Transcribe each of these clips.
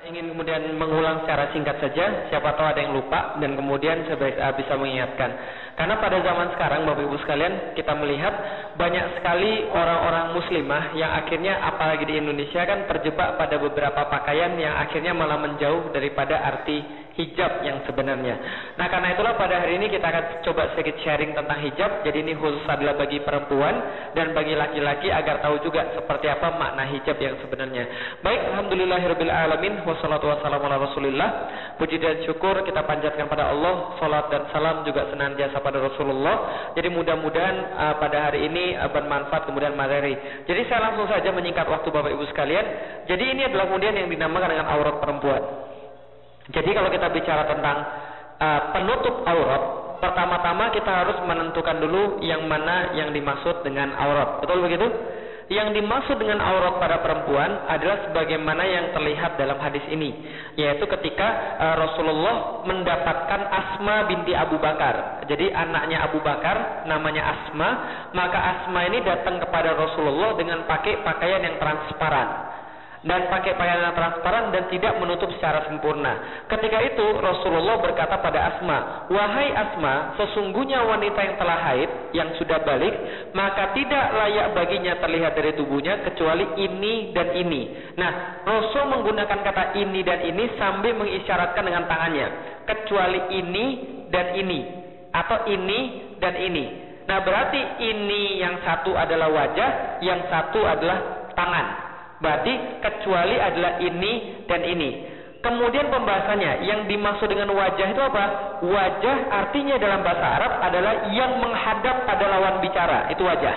ingin kemudian mengulang secara singkat saja, siapa tahu ada yang lupa dan kemudian saya bisa mengingatkan. Karena pada zaman sekarang Bapak Ibu sekalian, kita melihat banyak sekali orang-orang muslimah yang akhirnya apalagi di Indonesia kan terjebak pada beberapa pakaian yang akhirnya malah menjauh daripada arti hijab yang sebenarnya. Nah, karena itulah pada hari ini kita akan coba sedikit sharing tentang hijab. Jadi ini khusus adalah bagi perempuan dan bagi laki-laki agar tahu juga seperti apa makna hijab yang sebenarnya. Baik, alhamdulillahirabbil alamin, wassalatu wassalamu ala Rasulillah. Puji dan syukur kita panjatkan pada Allah, salat dan salam juga senantiasa pada Rasulullah. Jadi mudah-mudahan pada hari ini bermanfaat kemudian materi. Jadi saya langsung saja menyingkat waktu Bapak Ibu sekalian. Jadi ini adalah kemudian yang dinamakan dengan aurat perempuan. Jadi kalau kita bicara tentang penutup aurat, pertama-tama kita harus menentukan dulu yang mana yang dimaksud dengan aurat. Betul begitu? Yang dimaksud dengan aurat pada perempuan adalah sebagaimana yang terlihat dalam hadis ini, yaitu ketika Rasulullah mendapatkan Asma binti Abu Bakar. Jadi anaknya Abu Bakar namanya Asma, maka Asma ini datang kepada Rasulullah dengan pakai pakaian yang transparan. Dan pakai pakaian yang transparan dan tidak menutup secara sempurna. Ketika itu Rasulullah berkata pada Asma, "Wahai Asma, sesungguhnya wanita yang telah haid, yang sudah balik, maka tidak layak baginya terlihat dari tubuhnya kecuali ini dan ini." Nah, Rasul menggunakan kata ini dan ini sambil mengisyaratkan dengan tangannya, kecuali ini dan ini, atau ini dan ini. Nah, berarti ini yang satu adalah wajah, yang satu adalah tangan. Berarti kecuali adalah ini dan ini. Kemudian pembahasannya, yang dimaksud dengan wajah itu apa? Wajah artinya dalam bahasa Arab adalah yang menghadap pada lawan bicara, itu wajah.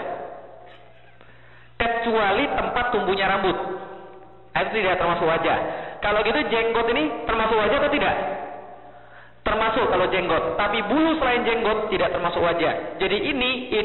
Kecuali tempat tumbuhnya rambut, itu tidak termasuk wajah. Kalau gitu jenggot ini termasuk wajah atau tidak? Termasuk kalau jenggot, tapi bulu selain jenggot tidak termasuk wajah. Jadi ini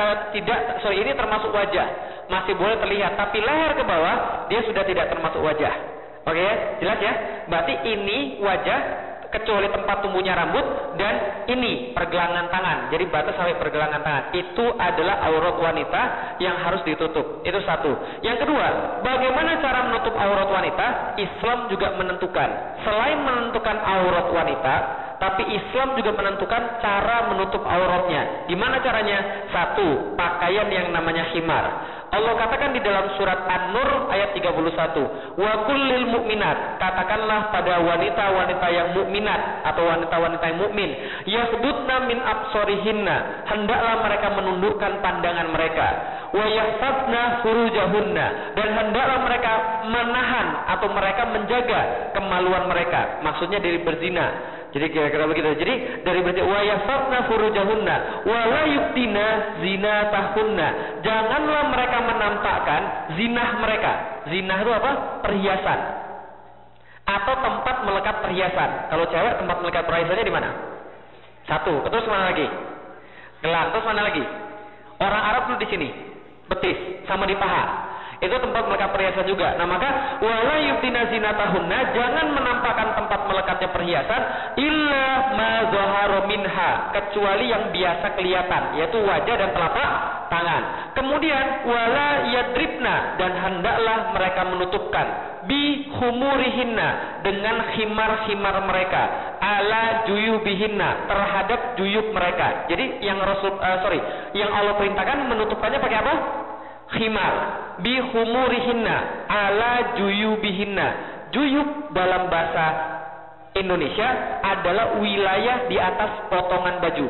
termasuk wajah, masih boleh terlihat, tapi leher ke bawah dia sudah tidak termasuk wajah. Oke, jelas ya? Berarti ini wajah kecuali tempat tumbuhnya rambut, dan ini pergelangan tangan. Jadi batas sampai pergelangan tangan itu adalah aurat wanita yang harus ditutup. Itu satu. Yang kedua, bagaimana cara menutup aurat wanita? Islam juga menentukan. Selain menentukan aurat wanita, tapi Islam juga menentukan cara menutup auratnya. Gimana caranya? Satu, pakaian yang namanya khimar. Allah katakan di dalam surat An-Nur ayat 31, wa kullil mu'minat, katakanlah pada wanita-wanita yang mukminat atau wanita-wanita yang mukmin, yasbutna min absorihinna, hendaklah mereka menundukkan pandangan mereka, wa yahfazna furujahunna, dan hendaklah mereka menahan atau mereka menjaga kemaluan mereka, maksudnya dari berzina. Jadi kira-kira begitu. Jadi dari berarti wa yasafna furujahunna wa la yubdina zinatahunna. Janganlah mereka menampakkan zinah mereka. Zinah itu apa? Perhiasan. Atau tempat melekat perhiasan. Kalau cewek tempat melekat perhiasannya di mana? Satu. Terus mana lagi? Gelang. Terus mana lagi? Orang Arab dulu di sini. Betis sama di paha. Itu tempat melekat perhiasan juga. Nah, maka wala yubdina zinatahunna, jangan menampakkan tempat melekatnya perhiasan illa ma zahara minha, kecuali yang biasa kelihatan, yaitu wajah dan telapak tangan. Kemudian wala yadribna, dan hendaklah mereka menutupkan bi humurihinna, dengan khimar-khimar mereka, ala juyubihinna, terhadap juyub mereka. Jadi yang yang Allah perintahkan menutupkannya pakai apa? Khimar, bi humurihinna, ala juyubihinna. Juyub dalam bahasa Indonesia adalah wilayah di atas potongan baju.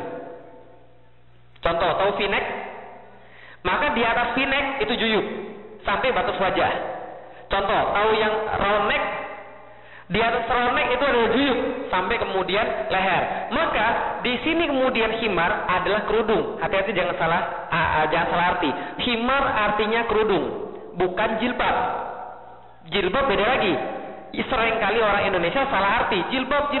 Contoh, tahu V-neck? Maka di atas V-neck itu juyub sampai batas wajah. Contoh, tahu yang round neck? Di atas round neck itu adalah juyub sampai kemudian leher. Maka di sini kemudian khimar adalah kerudung. Hati-hati jangan salah arti. Khimar artinya kerudung, bukan jilbab. Jilbab beda lagi. Seringkali orang Indonesia salah arti. Jilbab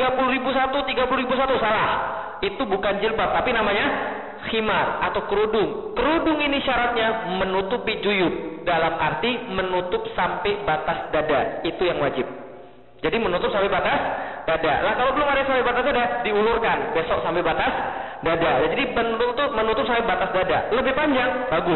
30.001 salah. Itu bukan jilbab, tapi namanya khimar atau kerudung. Kerudung ini syaratnya menutupi juyub, dalam arti menutup sampai batas dada. Itu yang wajib. Jadi menutup sampai batas dada. Lah kalau belum ada sampai batas dada, diulurkan besok sampai batas dada. Jadi menutup sampai batas dada. Lebih panjang, bagus.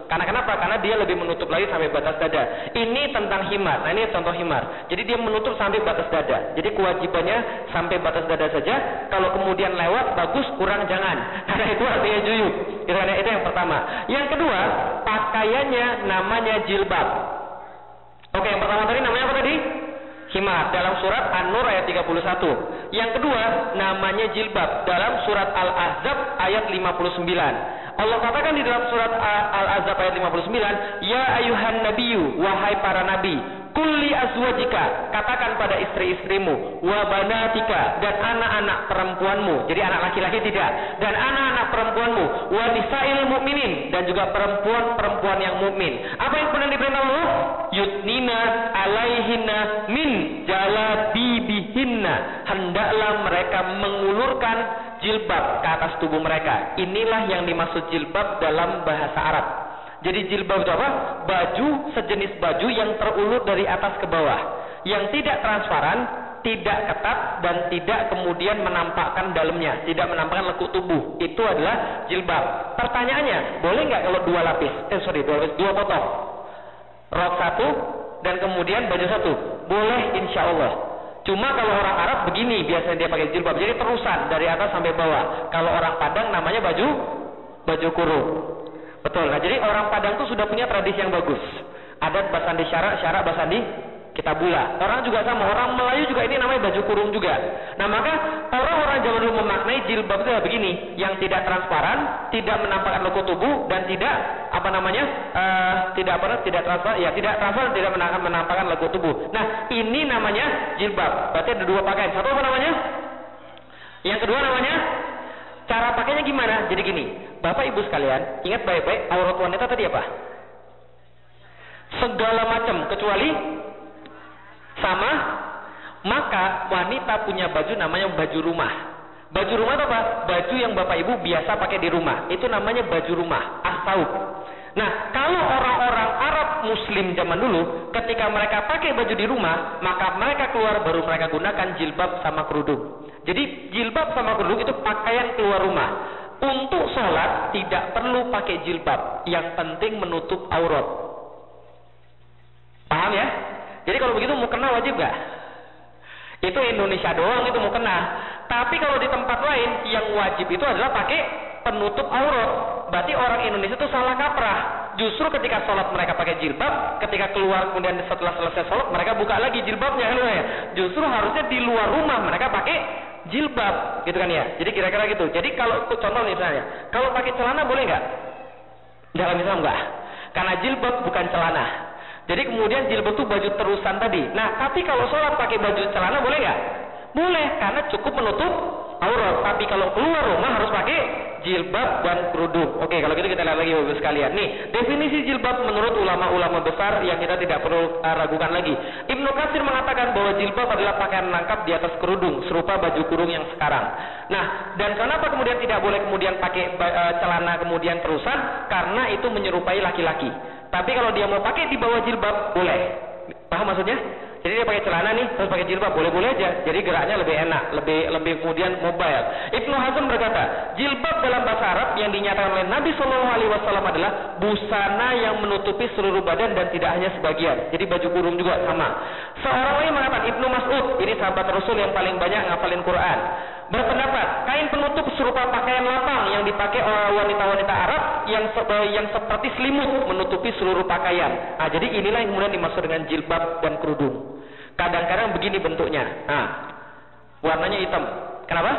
Karena kenapa? Karena dia lebih menutup lagi sampai batas dada. Ini tentang himar. Nah, ini contoh himar. Jadi dia menutup sampai batas dada. Jadi kewajibannya sampai batas dada saja. Kalau kemudian lewat, bagus, kurang jangan. Karena itu artinya juyub. Itu yang pertama. Yang kedua, pakaiannya namanya jilbab. Oke, yang pertama tadi namanya apa tadi? Himar, dalam surat An-Nur ayat 31. Yang kedua, namanya jilbab, dalam surat Al-Ahzab ayat 59. Allah katakan di dalam surat Al-Ahzab ayat 59, Ya ayuhan nabiyyu, wahai para nabi, kulli azwajika, katakan pada istri-istrimu, wa banatika, dan anak-anak perempuanmu, jadi anak laki-laki tidak, dan anak-anak perempuanmu, wa nisa'il mu'minin, dan juga perempuan-perempuan yang mukmin. Apa yang kemudian diperintah Allah? Yudnina alaihinna min jalabibihinna, hendaklah mereka mengulurkan jilbab ke atas tubuh mereka. Inilah yang dimaksud jilbab dalam bahasa Arab. Jadi jilbab itu apa? Baju, sejenis baju yang terulur dari atas ke bawah, yang tidak transparan, tidak ketat, dan tidak kemudian menampakkan dalamnya, tidak menampakkan lekuk tubuh. Itu adalah jilbab. Pertanyaannya, boleh nggak kalau dua lapis? Dua potong. Rok satu dan kemudian baju satu. Boleh, insya Allah. Cuma kalau orang Arab begini biasanya dia pakai jilbab, jadi terusan dari atas sampai bawah. Kalau orang Padang namanya baju kurung. Betul. Nah, jadi orang Padang tuh sudah punya tradisi yang bagus. Adat basandi syarak basandi kitabullah. Orang juga sama, orang Melayu juga ini namanya baju kurung juga. Nah, maka orang-orang zaman dulu memaknai jilbab itu begini, yang tidak transparan, tidak menampakkan lekuk tubuh, dan tidak tidak transparan, tidak menampakkan lekuk tubuh. Nah, ini namanya jilbab. Berarti ada dua pakaian. Satu apa namanya? Yang kedua namanya, cara pakainya gimana? Jadi gini, Bapak Ibu sekalian, ingat baik-baik, aurat wanita tadi apa? Segala macam kecuali sama. Maka wanita punya baju namanya baju rumah. Baju rumah itu apa? Baju yang Bapak Ibu biasa pakai di rumah. Itu namanya baju rumah, as-saub. Nah, kalau orang-orang Arab Muslim zaman dulu, ketika mereka pakai baju di rumah, maka mereka keluar baru mereka gunakan jilbab sama kerudung. Jadi jilbab sama kerudung itu pakaian keluar rumah. Untuk sholat tidak perlu pakai jilbab. Yang penting menutup aurat. Paham ya? Jadi kalau begitu mukena wajib gak? Itu Indonesia doang itu mukena. Tapi kalau di tempat lain yang wajib itu adalah pakai penutup aurat. Berarti orang Indonesia itu salah kaprah. Justru ketika sholat mereka pakai jilbab, ketika keluar kemudian setelah selesai sholat mereka buka lagi jilbabnya. Justru harusnya di luar rumah mereka pakai jilbab, gitu kan ya. Jadi kira-kira gitu. Jadi kalau contoh misalnya, kalau pakai celana boleh nggak? Dalam Islam nggak. Karena jilbab bukan celana. Jadi kemudian jilbab itu baju terusan tadi. Nah, tapi kalau sholat pakai baju celana boleh nggak? Boleh, karena cukup menutup aurat. Tapi kalau keluar rumah harus pakai jilbab dan kerudung. Oke, kalau gitu kita lihat lagi Bapak sekalian. Nih, definisi jilbab menurut ulama-ulama besar yang kita tidak perlu ragukan lagi. Ibnu Katsir mengatakan bahwa jilbab adalah pakaian lengkap di atas kerudung, serupa baju kurung yang sekarang. Nah, dan kenapa kemudian tidak boleh kemudian pakai celana kemudian terusan? Karena itu menyerupai laki-laki. Tapi kalau dia mau pakai di bawah jilbab, boleh. Paham maksudnya? Jadi dia pakai celana nih, terus pakai jilbab, boleh-boleh aja. Jadi geraknya lebih enak, lebih kemudian mobile. Ibnu Hazm berkata, jilbab dalam bahasa Arab yang dinyatakan oleh Nabi SAW adalah busana yang menutupi seluruh badan dan tidak hanya sebagian. Jadi baju kurung juga sama. Seorang lagi mengatakan, Ibnu Mas'ud, ini sahabat Rasul yang paling banyak ngafalin Quran, berpendapat kain penutup serupa pakaian lapang yang dipakai oleh wanita-wanita Arab yang seperti selimut menutupi seluruh pakaian. Nah, jadi inilah yang kemudian dimaksud dengan jilbab dan kerudung. Kadang-kadang begini bentuknya. Nah, warnanya hitam. Kenapa?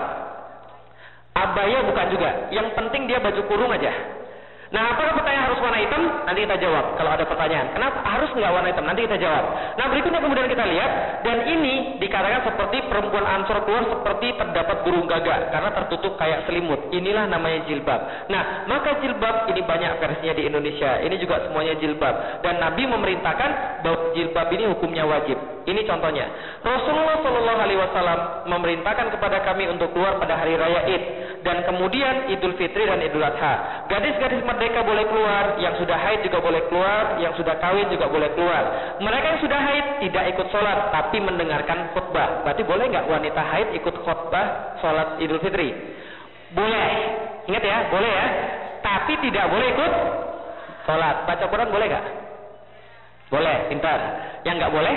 Abaya bukan juga. Yang penting dia baju kurung aja. Nah, apakah pertanyaan harus warna hitam? Nanti kita jawab. Kalau ada pertanyaan, kenapa harus nggak warna hitam? Nanti kita jawab. Nah, berikutnya kemudian kita lihat, dan ini dikatakan seperti perempuan Ansor keluar seperti terdapat burung gagak karena tertutup kayak selimut. Inilah namanya jilbab. Nah, maka jilbab ini banyak versinya di Indonesia. Ini juga semuanya jilbab. Dan Nabi memerintahkan bahwa jilbab ini hukumnya wajib. Ini contohnya. Rasulullah SAW memerintahkan kepada kami untuk keluar pada hari raya Id dan kemudian Idul Fitri dan Idul Adha. Gadis-gadis merdeka boleh keluar, yang sudah haid juga boleh keluar, yang sudah kawin juga boleh keluar. Mereka yang sudah haid tidak ikut sholat tapi mendengarkan khutbah. Berarti boleh nggak wanita haid ikut khutbah sholat Idul Fitri? Boleh. Ingat ya, boleh ya. Tapi tidak boleh ikut Sholat. Baca Quran boleh nggak? Boleh, pintar. Yang nggak boleh?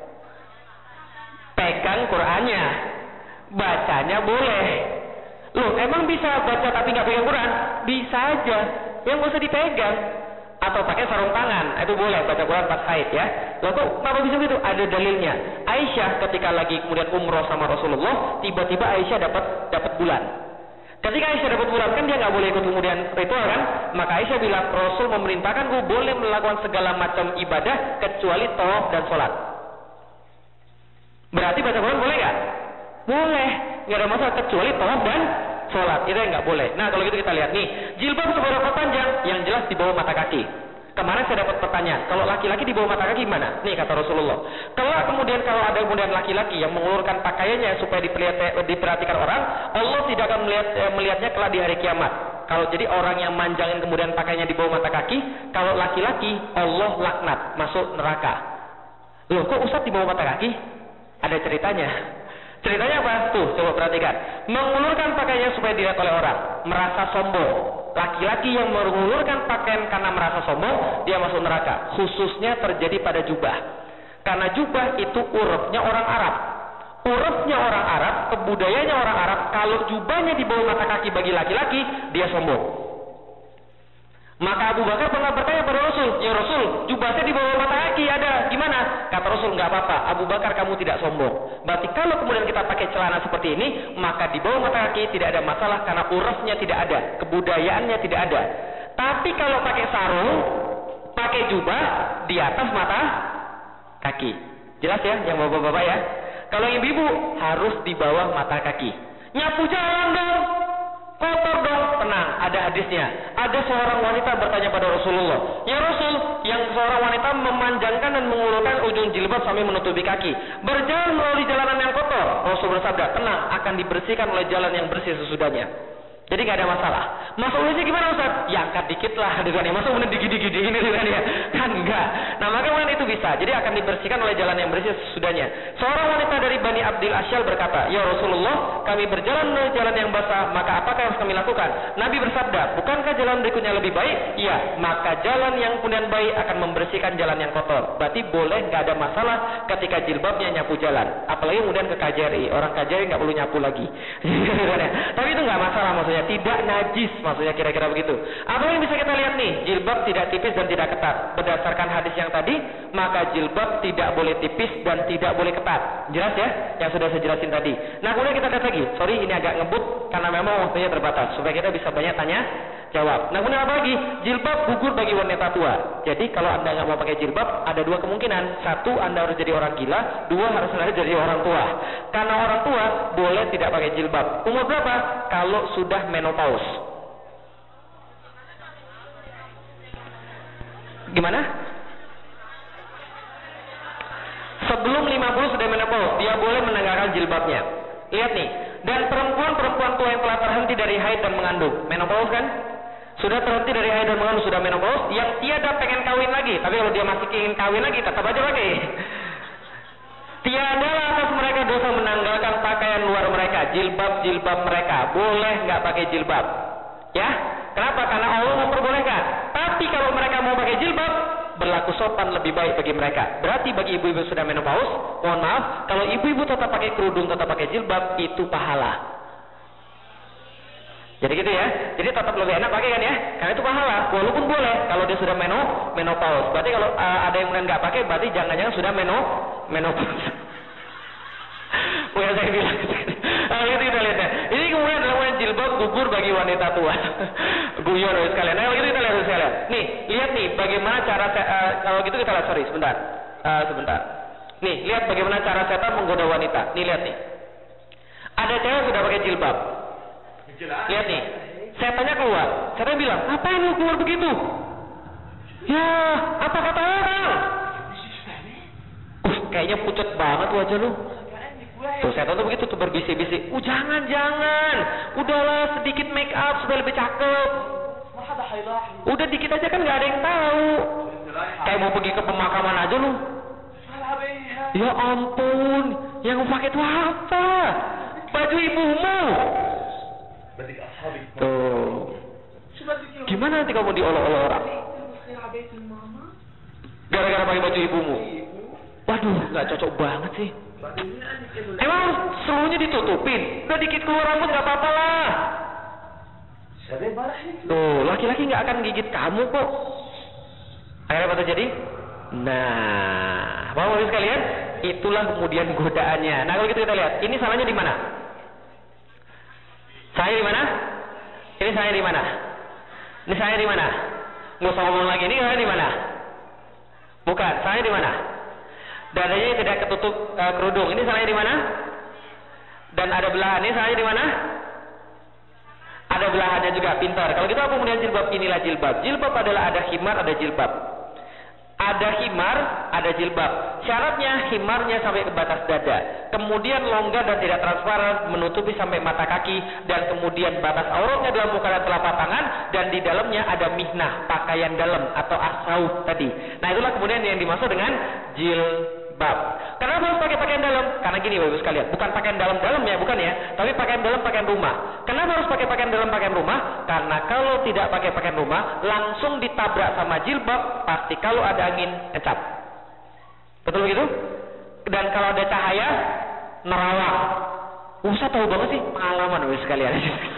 Pegang Qurannya. Bacanya boleh. Loh, emang bisa baca tapi nggak pegang Quran? Bisa aja. Yang nggak usah dipegang. Atau pakai sarung tangan, itu boleh baca Quran pas haid ya. Loh kok kenapa bisa begitu? Ada dalilnya. Aisyah ketika lagi kemudian umroh sama Rasulullah, tiba-tiba Aisyah dapat bulan. Ketika Aisyah dapat bulan, kan dia nggak boleh ikut kemudian ritual kan? Maka Aisyah bilang, Rasul memerintahkanku boleh melakukan segala macam ibadah kecuali tawaf dan sholat. Berarti baca Quran boleh nggak? Boleh, nggak ada masalah kecuali tawaf dan sholat. Itu yang nggak boleh. Nah kalau gitu kita lihat nih, jilbab seberapa panjang? Yang jelas di bawah mata kaki. Kemarin saya dapat pertanyaan, kalau laki-laki di bawah mata kaki gimana? Nih kata Rasulullah. Kalau ada kemudian laki-laki yang mengulurkan pakaiannya supaya diperhatikan orang, Allah tidak akan melihatnya kelak di hari kiamat. Kalau jadi orang yang manjangin kemudian pakaiannya di bawah mata kaki, kalau laki-laki Allah laknat, masuk neraka. Loh kok Ustaz di bawah mata kaki? Ada ceritanya. Ceritanya apa? Tuh, coba perhatikan. Mengulurkan pakaiannya supaya dilihat oleh orang, merasa sombong. Laki-laki yang mengulurkan pakaian karena merasa sombong, dia masuk neraka. Khususnya terjadi pada jubah. Karena jubah itu urufnya orang Arab. Urufnya orang Arab, kebudayaannya orang Arab, kalau jubahnya di bawah mata kaki bagi laki-laki, dia sombong. Maka Abu Bakar pernah bertanya pada Rasul, ya Rasul, jubahnya di bawah mata kaki ada, gimana? Kata Rasul, nggak apa-apa, Abu Bakar kamu tidak sombong. Berarti kalau kemudian kita pakai celana seperti ini, maka di bawah mata kaki tidak ada masalah karena urufnya tidak ada, kebudayaannya tidak ada. Tapi kalau pakai sarung, pakai jubah di atas mata kaki. Jelas ya, yang bapak-bapak ya? Kalau ibu-ibu harus di bawah mata kaki. Nyapu jalan dong. Kotor dong, tenang, ada hadisnya. Ada seorang wanita bertanya pada Rasulullah, ya Rasul, yang seorang wanita memanjangkan dan mengulurkan ujung jilbab sambil menutupi kaki, berjalan melalui jalanan yang kotor. Rasul bersabda, tenang, akan dibersihkan oleh jalan yang bersih sesudahnya. Jadi nggak ada masalah. Masuk ulunnya gimana Ustaz? Ya angkat dikit lah, dengan ya. Masuk kemudian digidi-gidi ini dengan ya. Kan enggak. Nah maka kemudian itu bisa. Jadi akan dibersihkan oleh jalan yang bersih sesudahnya. Seorang wanita dari Bani Abdil Asyal berkata, ya Rasulullah, kami berjalan melalui jalan yang basah, maka apakah yang harus kami lakukan? Nabi bersabda, bukankah jalan berikutnya lebih baik? Iya, maka jalan yang kemudian baik akan membersihkan jalan yang kotor. Berarti boleh, nggak ada masalah ketika jilbabnya nyapu jalan. Apalagi kemudian ke KJRI, orang KJRI nggak perlu nyapu lagi. Tapi itu nggak masalah maksudnya. Tidak najis, maksudnya kira-kira begitu. Apa yang bisa kita lihat nih? Jilbab tidak tipis dan tidak ketat. Berdasarkan hadis yang tadi, maka jilbab tidak boleh tipis dan tidak boleh ketat. Jelas ya? Yang sudah saya jelasin tadi. Nah kemudian kita lihat lagi. Sorry ini agak ngebut karena memang waktunya terbatas supaya kita bisa banyak tanya jawab. Nah kemudian apa lagi? Jilbab gugur bagi wanita tua. Jadi kalau anda nggak mau pakai jilbab, ada dua kemungkinan. Satu, anda harus jadi orang gila. Dua, harus jadi orang tua. Karena orang tua boleh tidak pakai jilbab. Umur berapa? Kalau sudah menopause. Gimana? Sebelum 50 sudah menopause, dia boleh menegakkan jilbabnya. Lihat nih. Dan perempuan tua yang telah terhenti dari haid dan mengandung, menopause kan? Sudah terhenti dari haid dan mengandung, sudah menopause, yang tiada pengen kawin lagi. Tapi kalau dia masih ingin kawin lagi, tetap aja pakai. Tiada atas mereka dosa menanggalkan pakaian luar mereka, jilbab mereka. Boleh nggak pakai jilbab? Ya, kenapa? Karena Allah memperbolehkan. Tapi kalau mereka mau pakai jilbab, berlaku sopan lebih baik bagi mereka. Berarti bagi ibu-ibu sudah menopause, mohon maaf, kalau ibu-ibu tetap pakai kerudung, tetap pakai jilbab, itu pahala. Jadi gitu ya. Jadi tetap lebih enak pakai kan ya? Karena itu pahala. Walaupun boleh kalau dia sudah menopause. Berarti kalau ada yang kemudian nggak pakai, berarti jangan-jangan sudah menopause. Bukan saya bilang. Itu kita lihat ya. Ini kemudian adalah jilbab gugur bagi wanita tua. Guyon sekalian. Nah, itu kita lihat sekalian. Nih, lihat nih bagaimana cara kalau gitu kita lihat, sorry sebentar. Nih, lihat bagaimana cara setan menggoda wanita. Nih lihat nih. Ada cewek sudah pakai jilbab. Lihat nih, setannya keluar. Setan bilang, ngapain lu keluar begitu? Ya, apa kata orang? Kayaknya pucat banget wajah lu. Tuh setan tuh begitu tuh berbisik-bisik. Jangan. Udahlah sedikit make up supaya lebih cakep. Udah dikit aja kan nggak ada yang tahu. Kayak mau pergi ke pemakaman aja lu. Ya ampun, yang mau pakai itu apa? Baju ibumu. Tuh. Gimana nanti kamu diolok-olok orang? Gara-gara pakai baju ibumu. Waduh, nggak cocok banget sih. Emang seluruhnya ditutupin? Udah dikit keluar rambut nggak apa-apa lah. Tuh, laki-laki nggak akan gigit kamu kok. Akhirnya apa terjadi? Nah, Bapak-Ibu sekalian, itulah kemudian godaannya. Nah, kalau gitu kita lihat, ini salahnya di mana? Saya di mana? Ini saya di mana? Ini saya di mana? Nggak usah ngomong lagi, ini saya di mana? Bukan, saya di mana? Dadanya tidak ketutup kerudung. Ini saya di mana? Dan ada belahan. Ini saya di mana? Ada belahannya juga, pintar. Kalau gitu apa kemudian jilbab? Inilah jilbab. Jilbab adalah ada khimar, ada jilbab. Ada khimar, ada jilbab. Syaratnya khimarnya sampai ke batas dada. Kemudian longgar dan tidak transparan, menutupi sampai mata kaki. Dan kemudian batas auratnya dalam muka dan telapak tangan. Dan di dalamnya ada mihnah, pakaian dalam atau asauf tadi. Nah, itulah kemudian yang dimaksud dengan jilbab. Kenapa harus pakai pakaian dalam? Karena gini Bapak sekalian, bukan pakaian dalam-dalam ya, bukan ya, tapi pakaian dalam, pakaian rumah. Kenapa harus pakai pakaian dalam, pakaian rumah? Karena kalau tidak pakai pakaian rumah, langsung ditabrak sama jilbab, pasti kalau ada angin ngecap. Betul begitu? Dan kalau ada cahaya nerawang. Usah tahu banget sih pengalaman Bapak sekalian.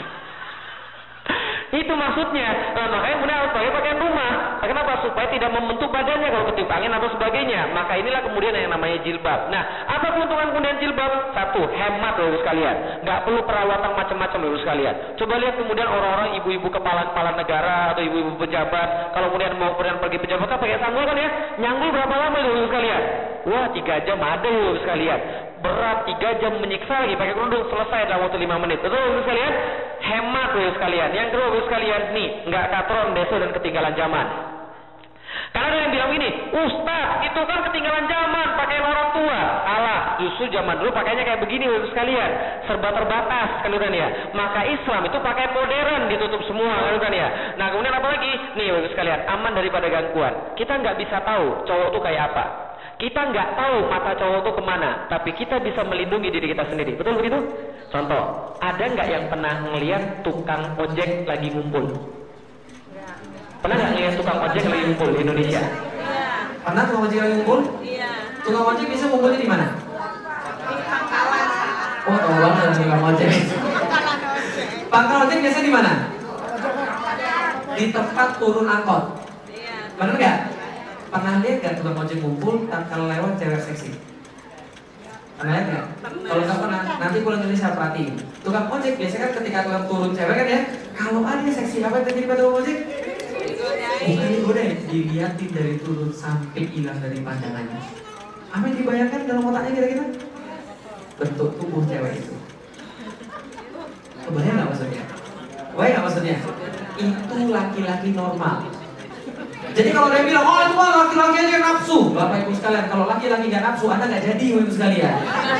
Itu maksudnya. Nah, makanya kemudian harus pakai pakaian rumah. Kenapa? Supaya tidak membentuk badannya kalau ketiup angin atau sebagainya. Maka inilah kemudian yang namanya jilbab. Nah, apa keuntungan kemudian jilbab? Satu, hemat Bapak sekalian. Nggak perlu perawatan macam-macam Bapak sekalian. Coba lihat kemudian orang-orang ibu-ibu kepala negara atau ibu-ibu pejabat. Kalau kemudian mau pergi pejabat kan pakai sanggul kan ya? Nyanggul berapa lama Bapak sekalian? Wah, 3 jam ada Bapak sekalian. Berat 3 jam menyiksa lagi pakai kerudung, selesai dalam waktu 5 menit. Betul Bapak sekalian? Hemat Bapak sekalian. Yang kedua Bapak sekalian, nih nggak katron, deso dan ketinggalan zaman. Karena ada yang bilang ini, Ustaz itu kan ketinggalan zaman, pakaian orang tua. Alah, justru zaman dulu pakainya kayak begini Bapak sekalian, serba terbatas kan ya. Maka Islam itu pakaian modern, ditutup semua kan ya. Nah kemudian apa lagi? Nih Bapak sekalian, aman daripada gangguan. Kita nggak bisa tahu cowok itu kayak apa. Kita nggak tahu mata cowok itu kemana, tapi kita bisa melindungi diri kita sendiri. Betul begitu? Contoh, ada nggak yang pernah ngelihat tukang ojek lagi ngumpul? Pernah nggak ngelihat tukang ojek lagi ngumpul di Indonesia? Pernah tukang ojek lagi ngumpul? Iya. Tukang ojek bisa ngumpulnya di mana? Di pangkalan. Oh, tahu banget tukang ojek. Pangkalan ojek biasanya di mana? Di tempat turun angkot. Iya. Benar nggak? Pernah lihat nggak tukang ojek ngumpul kalau lewat cewek seksi? Pernah lihat nggak? Kalau nggak pernah, nanti pulang Indonesia perhatiin. Tukang ojek biasanya kan ketika tukang turun cewek kan ya, kalau ada seksi apa yang terjadi pada tukang ojek? Bukan digodain, dilihatin dari turun sampai hilang dari pandangannya. Apa yang dibayangkan dalam otaknya kira-kira? Bentuk tubuh cewek itu. Kebayang nggak maksudnya? Kebayang nggak maksudnya? Itu laki-laki normal. Jadi kalau dia bilang, oh itu mah laki-laki aja yang nafsu. Bapak ibu sekalian, kalau laki-laki gak nafsu, Anda gak jadi ibu sekalian.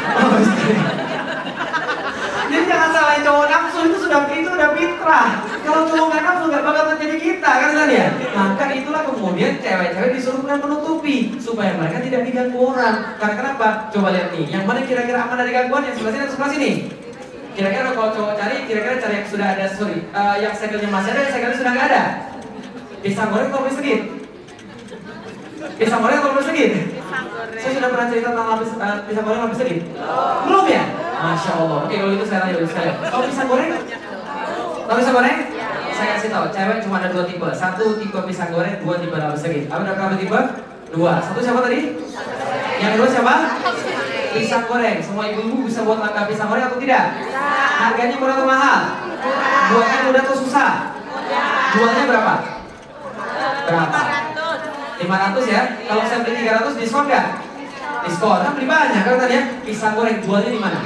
Jadi jangan salahin cowok nafsu, itu sudah fitrah. Kalau cowok gak nafsu gak bakal terjadi kita kan ya. Maka itulah kemudian cewek-cewek disuruh menutupi supaya mereka tidak diganggu orang. Karena kenapa? Coba lihat nih, yang mana kira-kira aman dari gangguan? Yang sebelah sini atau sebelah sini? Kira-kira kalau cowok cari, kira-kira cari yang sudah ada, yang segelnya masih ada, yang segelnya sudah gak ada. Pisang goreng atau lapis legit? Pisang goreng atau lapis legit? Saya sudah pernah cerita tentang pisang goreng lapis legit? Belum ya? Masya Allah. Oke, kalau itu saya tanya sekalian. Kalau pisang goreng? Tahu pisang goreng? Saya kasih tahu, cewek cuma ada 2 tipe. 1 tipe pisang goreng, 2 tipe lapis legit. Apa ada berapa tipe? 2. 1 siapa tadi? Yang kedua siapa? Pisang goreng. Semua ibu-ibu bisa buat langkah pisang goreng atau tidak? Harganya murah atau mahal? Buatnya mudah atau susah? Jualnya berapa? Berapa? 500 ya? Kalau saya beli 300 diskon nggak? Diskon, kan beli banyak kan tadi ya? Pisang goreng jualnya di mana?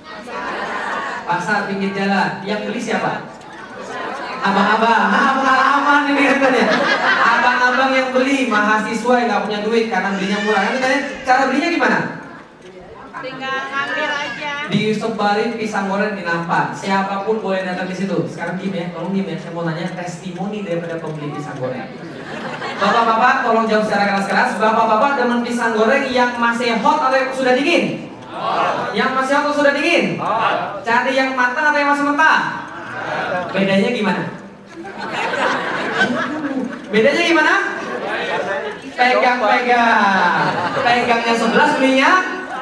Pasar pinggir jalan. Yang beli siapa? Abang-abang. Nah, pengalaman ini katanya. Abang-abang yang beli, mahasiswa yang nggak punya duit karena belinya murah. Kan katanya, cara belinya gimana? Tinggal ngambil aja. Disebarin pisang goreng di nampan. Siapapun boleh datang di situ. Sekarang gini ya, tolong gini ya. Saya mau nanya testimoni daripada pembeli pisang goreng. Bapak-bapak, tolong jawab secara keras-keras. Bapak-bapak demen pisang goreng yang masih hot atau yang sudah dingin? Yang masih hot atau sudah dingin? Cari yang matang atau yang masih mentah? Bedanya gimana? Bedanya gimana? Pegangnya 11, belinya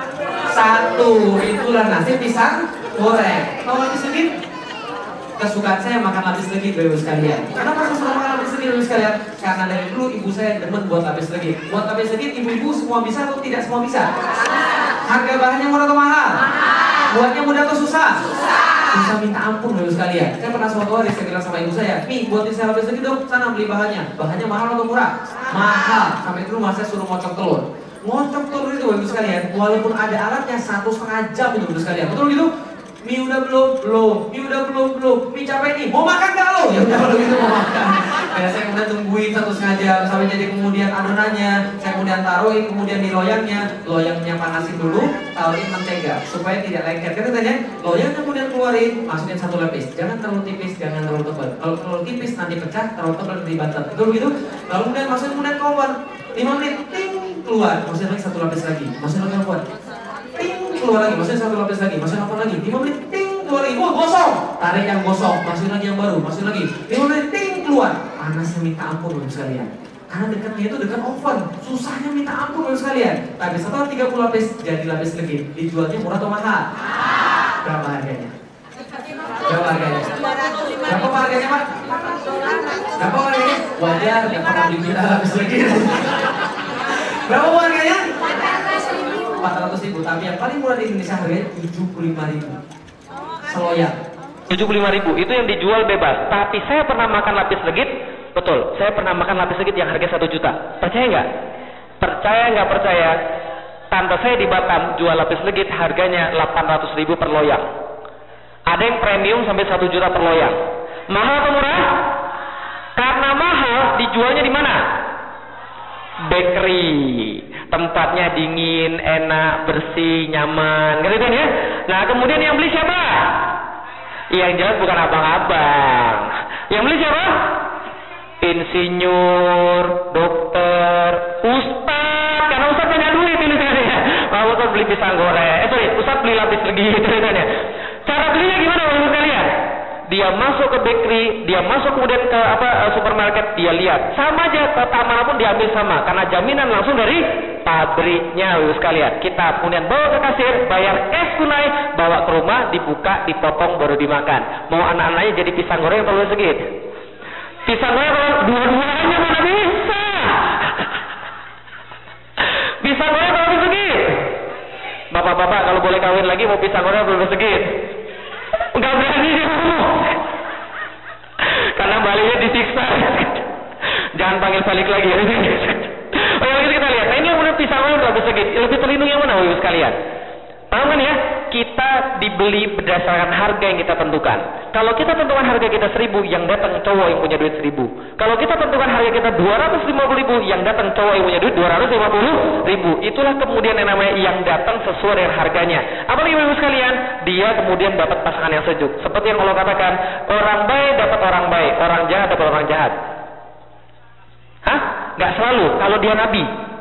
1. Itulah nasib pisang goreng. Mau lapis legit? Kesukaan saya makan lapis legit, Bapak sekalian. Kenapa saya suka makan lapis legit, Bapak sekalian? Karena dari dulu ibu saya demen buat lapis legit. Buat lapis legit, ibu-ibu semua bisa atau tidak semua bisa? Harga bahannya murah atau mahal? Buatnya mudah atau susah? Susah minta ampun, Bapak sekalian. Saya pernah suatu hari saya bilang sama ibu saya, "Mi, buatin saya lapis legit dong, sana beli bahannya." Bahannya mahal atau murah? Mahal. Sampai dulu mas saya suruh ngocok telur. Ngocok telur itu, Bapak sekalian, walaupun ada alatnya 1,5 jam itu, Bapak sekalian. Betul gitu? Mi udah belum, Mi udah belum, Mi capek nih, mau makan gak lo? Ya udah kalau gitu mau makan. Ya saya kemudian tungguin 1,5 jam sampai jadi kemudian adonannya, saya kemudian taruhin kemudian di loyangnya panasin dulu, taruhin mentega supaya tidak lengket. Kan katanya, loyangnya kemudian keluarin, masukin 1 lapis, jangan terlalu tipis, jangan terlalu tebal. Kalau terlalu tipis nanti pecah, terlalu tebal nanti bantet. Betul begitu? Lalu kemudian masukin kemudian kompor, 5 menit, ting, keluar, masukin lagi 1 lapis lagi, masukin lagi kompor. Ting, keluar lagi, masukin 1 lapis lagi, masukin apa lagi, 5 menit, ting, keluar lagi, gosong, tarik yang gosong, masukin lagi yang baru, masukin lagi, 5 menit, ting, keluar. Panasnya minta ampun, Bapak sekalian. Karena dekatnya itu dekat oven, susahnya minta ampun, Bapak sekalian. Tapi setelah 30 lapis, jadi lapis legit. Dijualnya murah atau mahal? Berapa harganya? Berapa harganya? Berapa harganya, Pak? Berapa harganya? Wajar, nggak pernah beli kita lapis legit. Berapa harganya? 400.000, tapi yang paling murah di Indonesia harganya 75.000. Seloyak. 75.000 itu yang dijual bebas. Tapi saya pernah makan lapis legit, betul. Saya pernah makan lapis legit yang harga 1 juta. Percaya nggak? Percaya nggak percaya? Tante saya di Batam jual lapis legit harganya 800.000 per loyang. Ada yang premium sampai 1 juta per loyang. Mahal atau murah? Karena mahal, dijualnya di mana? Bakery. Tempatnya dingin, enak, bersih, nyaman, gitu kan ya? Nah, kemudian yang beli siapa? Yang jelas bukan abang-abang. Yang beli siapa? Insinyur, dokter, ustaz. Karena ustaz punya duit ini kan ya. Kalau ustaz beli pisang goreng, ustaz beli lapis legit, gitu kan ya? Cara belinya gimana, Bapak sekalian? Dia masuk ke bakery, dia masuk kemudian ke supermarket, dia lihat sama aja, kota manapun diambil sama, karena jaminan langsung dari pabriknya, Bapak sekalian. Kita kemudian bawa ke kasir, bayar cash tunai, bawa ke rumah, dibuka, dipotong, baru dimakan. Mau anak-anaknya jadi pisang goreng atau lapis legit? Pisang goreng kalau dua-duanya mana bisa? Pisang goreng atau lapis legit? Bapak-bapak kalau boleh kawin lagi mau pisang goreng atau lapis legit? Enggak berani dia ngomong. Karena baliknya disiksa. Jangan panggil balik lagi. Oh yang itu kita lihat. Nah ini yang benar pisang goreng atau lapis legit? Lebih terlindung yang mana, Bapak sekalian? Paham kan ya? Kita dibeli berdasarkan harga yang kita tentukan. Kalau kita tentukan harga kita 1.000, yang datang cowok yang punya duit 1.000. Kalau kita tentukan harga kita 250.000, yang datang cowok yang punya duit 250.000. Itulah kemudian yang namanya yang datang sesuai dengan harganya. Apalagi Bapak sekalian, dia kemudian dapat pasangan yang sejuk. Seperti yang Allah katakan, orang baik dapat orang baik, orang jahat dapat orang jahat. Hah? Gak selalu. Kalau dia nabi.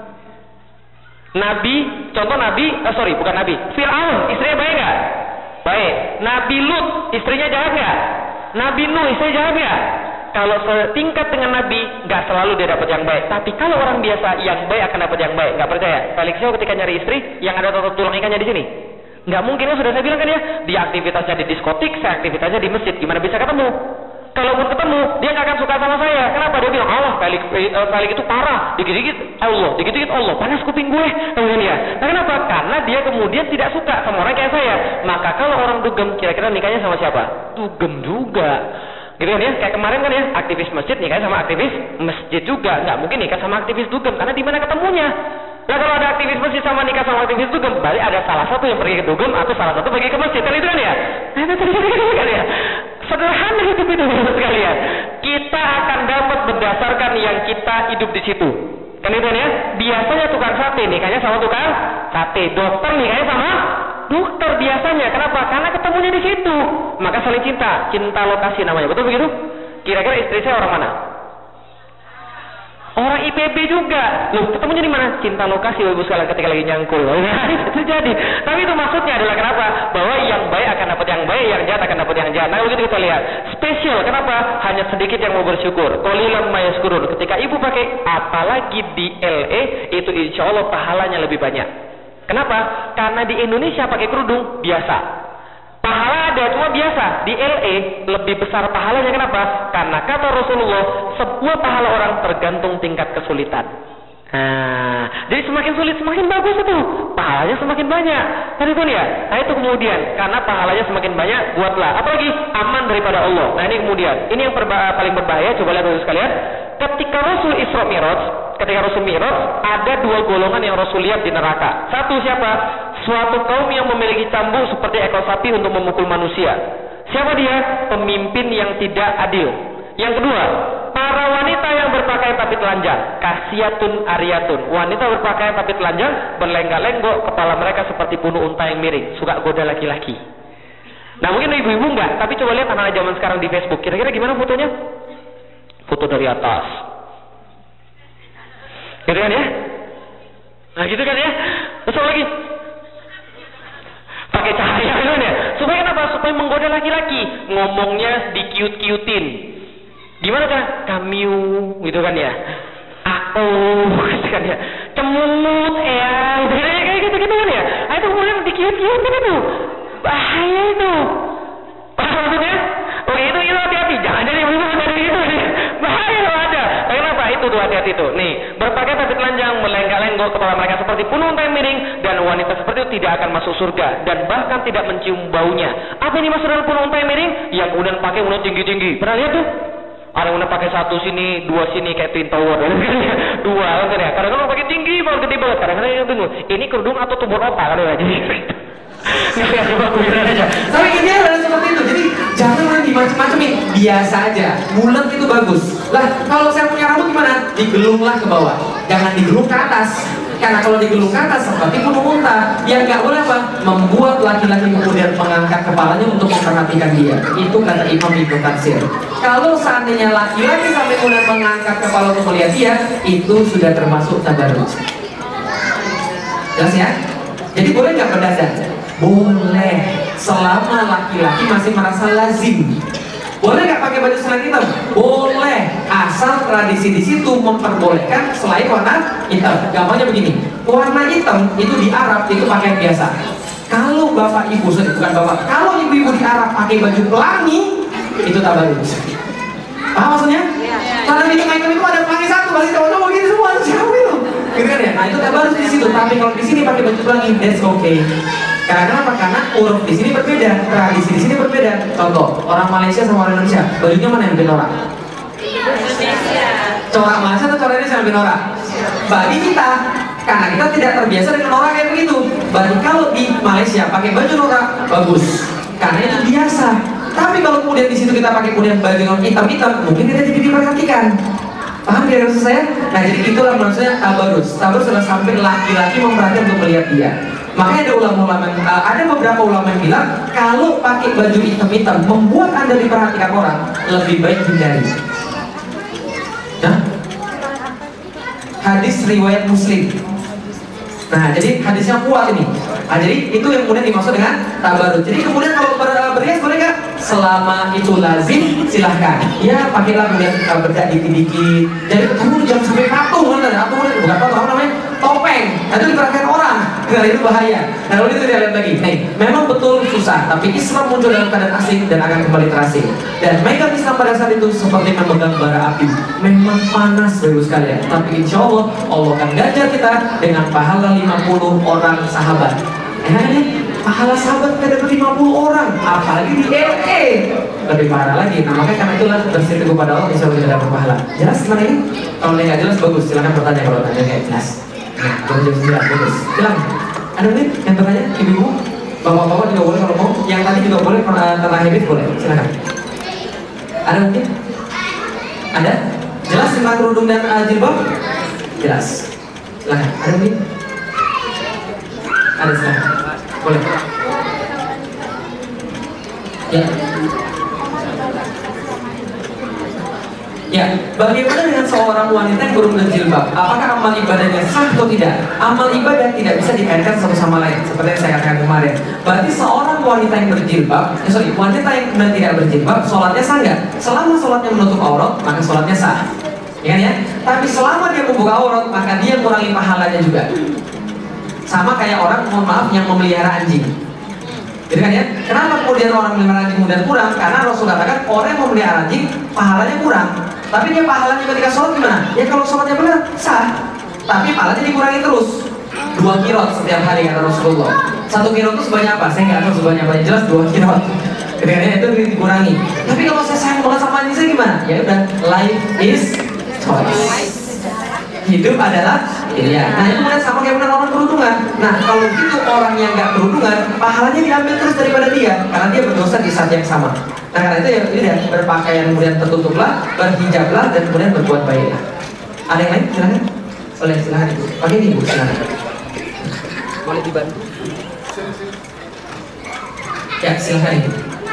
Bukan nabi. Fir'aun, istrinya baik nggak? Baik. Nabi Lut, istrinya jahat nggak? Nabi Nuh, istrinya jahat nggak? Kalau setingkat dengan nabi, nggak selalu dia dapat yang baik. Tapi kalau orang biasa, yang baik akan dapat yang baik. Nggak percaya? Felixio ketika nyari istri, yang ada tulang ikannya di sini. Nggak mungkin, sudah saya bilang kan ya. Dia aktivitasnya di diskotik, saya aktivitasnya di masjid. Gimana bisa ketemu? Kalaupun ketemu, dia nggak akan suka sama saya. Kenapa? Dia bilang, Allah, Felix itu parah. Dikit-dikit Allah, panas kuping gue. Kemudian dia. Nah kenapa? Karena dia kemudian tidak suka sama orang kayak saya. Maka kalau orang dugem, kira-kira nikahnya sama siapa? Dugem juga. Gitu kan ya? Kayak kemarin kan ya, aktivis masjid nikahnya sama aktivis masjid juga. Nggak mungkin nikah sama aktivis dugem, karena di mana ketemunya? Nah kalau ada aktivis masjid sama nikah sama aktivis dugem, berarti ada salah satu yang pergi ke dugem atau salah satu pergi ke masjid. Kan itu kan ya? Nah itu kan ya? Sederhana hidup itu sekalian. Kita akan dapat berdasarkan yang kita hidup di situ. Kan itu kan ya? Biasanya tukang sate nikahnya sama tukang sate, dokter nikahnya sama dokter biasanya. Kenapa? Karena ketemunya di situ. Maka saling cinta lokasi namanya. Betul begitu? Kira-kira istri saya orang mana? Orang IPB juga. Loh, ketemunya di mana? Cinta lokasi Ibu sekalian ketika lagi nyangkul. Itu jadi. Tapi itu maksudnya adalah kenapa? Bahwa yang baik akan dapat yang baik, yang jahat akan dapat yang jahat. Nah, begitu kita lihat. Spesial kenapa? Hanya sedikit yang mau bersyukur. Qalilan ma yashkurun. Ketika ibu pakai apalagi di LA, itu insya Allah pahalanya lebih banyak. Kenapa? Karena di Indonesia pakai kerudung biasa. Pahala ada, cuma biasa. Di LA lebih besar pahalanya. Kenapa? Karena kata Rasulullah, sebuah pahala orang tergantung tingkat kesulitan. Nah, jadi semakin sulit semakin bagus itu, pahalanya semakin banyak. Tadi kan ya. Nah itu kemudian, karena pahalanya semakin banyak, buatlah. Apalagi aman daripada Allah. Nah ini kemudian, ini yang paling berbahaya. Coba lihat dulu sekalian. Ketika Rasul Isra Mi'raj, ketika Rasul Mi'raj, ada dua golongan yang Rasul lihat di neraka. Satu siapa? Suatu kaum yang memiliki cambuk seperti ekor sapi untuk memukul manusia. Siapa dia? Pemimpin yang tidak adil. Yang kedua, para wanita yang berpakaian tapi telanjang. Kasiyatun ariyatun. Wanita berpakaian tapi telanjang, berlenggak-lenggok, kepala mereka seperti bunuh unta yang miring, suka goda laki-laki. Nah mungkin ibu-ibu enggak, tapi coba lihat anak-anak zaman sekarang di Facebook. Kira-kira gimana fotonya? Foto dari atas. Gitu kan ya? Nah gitu kan ya? Terus lagi pakai cahaya gitu kan ya? Supaya kenapa? Supaya menggoda laki-laki. Ngomongnya dikiut-kiutin. Gimana kan? Kamiu gitu kan ya? Aku gitu kan ya? Cemut ya. Kayak gitu-gitu kan ya? Nah itu kemudian dikiut-kiutin itu. Bahaya itu. Paham maksudnya? Oke itu hati-hati. Jangan jadi dari itu. Bahaya loh ada. Kenapa? Itu tuh hati-hati tuh. Nih, berpakaian tapi telanjang, melenggak-lenggok, kepala mereka seperti bunuh unta yang miring, dan wanita seperti itu tidak akan masuk surga dan bahkan tidak mencium baunya. Apa ini maksud dengan bunuh unta yang miring? Yang kemudian pakai unta tinggi-tinggi. Pernah lihat tuh? Ada yang pakai satu sini, dua sini kayak Twin Tower. Dua kan ya. Kadang-kadang pakai tinggi, baru gede banget. Kadang-kadang yang bingung. Ini kerudung atau tumor otak kan ya? Jadi tapi ini adalah seperti itu. Jadi jangan dimacem-macemin. Biasa aja. Bulat itu bagus. Lah kalau saya punya rambut gimana? Digelunglah ke bawah. Jangan digelung ke atas. Karena kalau digelung ke atas seperti bunuh unta. Yang nggak boleh apa? Membuat laki-laki kemudian mengangkat kepalanya untuk memperhatikan dia. Itu kata Imam Ibnu Katsir. Kalau seandainya laki-laki sampai kemudian mengangkat kepala untuk melihat dia, itu sudah termasuk tabarruj. Jelas ya? Jadi boleh nggak berdandan? Boleh, selama laki-laki masih merasa lazim. Boleh nggak pakai baju selain hitam? Boleh, asal tradisi di situ memperbolehkan selain warna hitam. Gampangnya begini, warna hitam itu di Arab itu pakaian biasa. Kalau bapak ibu, bukan bapak, kalau ibu-ibu di Arab pakai baju pelangi, itu tabarruj. Paham maksudnya? Karena di hitam itu ada pelangi satu, pasti cowok-cowok gitu semua, siapa itu? Gitu kan ya? Nah itu tabarruj di situ. Tapi kalau di sini pakai baju pelangi, that's okay. Karena apa? Karena huruf di sini berbeda, tradisi di sini berbeda. Contoh, orang Malaysia sama orang Indonesia, bajunya mana yang lebih norak? Indonesia. Corak Malaysia atau corak Indonesia yang lebih norak? Bagi kita, karena kita tidak terbiasa dengan norak kayak begitu. Bagi kalau di Malaysia pakai baju norak bagus, karena itu biasa. Tapi kalau kemudian di situ kita pakai kemudian baju yang hitam-hitam, mungkin kita jadi diperhatikan. Paham ya maksud saya? Nah jadi itulah maksudnya tabarruj. Tabarruj adalah sampai laki-laki memperhatikan untuk melihat dia. Makanya ada ulama-ulama, ada beberapa ulama yang bilang kalau pakai baju hitam-hitam membuat Anda diperhatikan orang, lebih baik hindari. Nah, hadis riwayat Muslim. Nah, jadi hadisnya kuat ini. Nah, jadi itu yang kemudian dimaksud dengan tabarruj. Jadi kemudian kalau berhias boleh nggak? Selama itu lazim, silahkan. Ya, pakailah kemudian bedak dikit-dikit. Jadi kamu jangan sampai patung kan? Atau bukan patung, apa namanya? Topeng. Nah, itu diperhatikan orang. Nah, itu bahaya. Nah, lalu itu dia lihat lagi. Nih, memang betul susah, tapi Islam muncul dalam keadaan asing dan akan kembali terasing. Dan megang Islam pada saat itu seperti memegang bara api. Memang panas, Bapak sekalian. Tapi insya Allah, Allah akan ganjar kita dengan pahala 50 orang sahabat. Pahala sahabat kita dapat 50 orang, apalagi di LA lebih parah lagi. Nah makanya karena itulah bersyukur kepada Allah, insya Allah kita dapat pahala. Jelas sekarang ini? Kalau nggak jelas bagus, silahkan bertanya. Kalau tanya nggak jelas, nah jam 9 bagus. Silahkan. Ada nih yang bertanya, ibu-ibu, bapak-bapak juga boleh kalau mau. Yang tadi juga boleh, tentang habit boleh. Silahkan. Ada mungkin? Ada? Jelas tentang kerudung dan jilbab? Jelas. Silahkan. Ada mungkin? Ada, silahkan. Boleh. Ya. Ya, bagaimana dengan seorang wanita yang belum berjilbab? Apakah amal ibadahnya sah atau tidak? Amal ibadah tidak bisa dikaitkan satu sama lain, seperti yang saya katakan kemarin. Berarti seorang wanita yang berjilbab, wanita yang kemudian tidak berjilbab, sholatnya sah nggak? Selama sholatnya menutup aurat, maka sholatnya sah. Ya kan ya? Tapi selama dia membuka aurat, maka dia mengurangi pahalanya juga. Sama kayak orang, mohon maaf, yang memelihara anjing. Gitu kan ya? Kenapa kemudian orang memelihara anjing kemudian kurang? Karena Rasul katakan orang yang memelihara anjing pahalanya kurang. Tapi dia pahalanya ketika sholat gimana? Ya kalau sholatnya benar, sah. Tapi pahalanya dikurangi terus. 2 kirot setiap hari kata Rasulullah. 1 kirot itu sebanyak apa? Saya nggak tahu sebanyak apa. Yang jelas 2 kirot. Ketika itu dikurangi. Tapi kalau saya sayang banget sama anjing saya gimana? Ya udah, life is choice. Hidup adalah pilihan. Nah itu kemudian sama kayak benar orang kerudungan. Nah kalau gitu orang yang nggak kerudungan, pahalanya diambil terus daripada dia, karena dia berdosa di saat yang sama. Nah karena itu ya udah, berpakaian kemudian tertutuplah, berhijablah, dan kemudian berbuat baiklah. Ada yang lain? Silakan. Boleh, silakan ibu. Pakai ibu, silakan. Boleh dibantu? Ya, silakan ibu.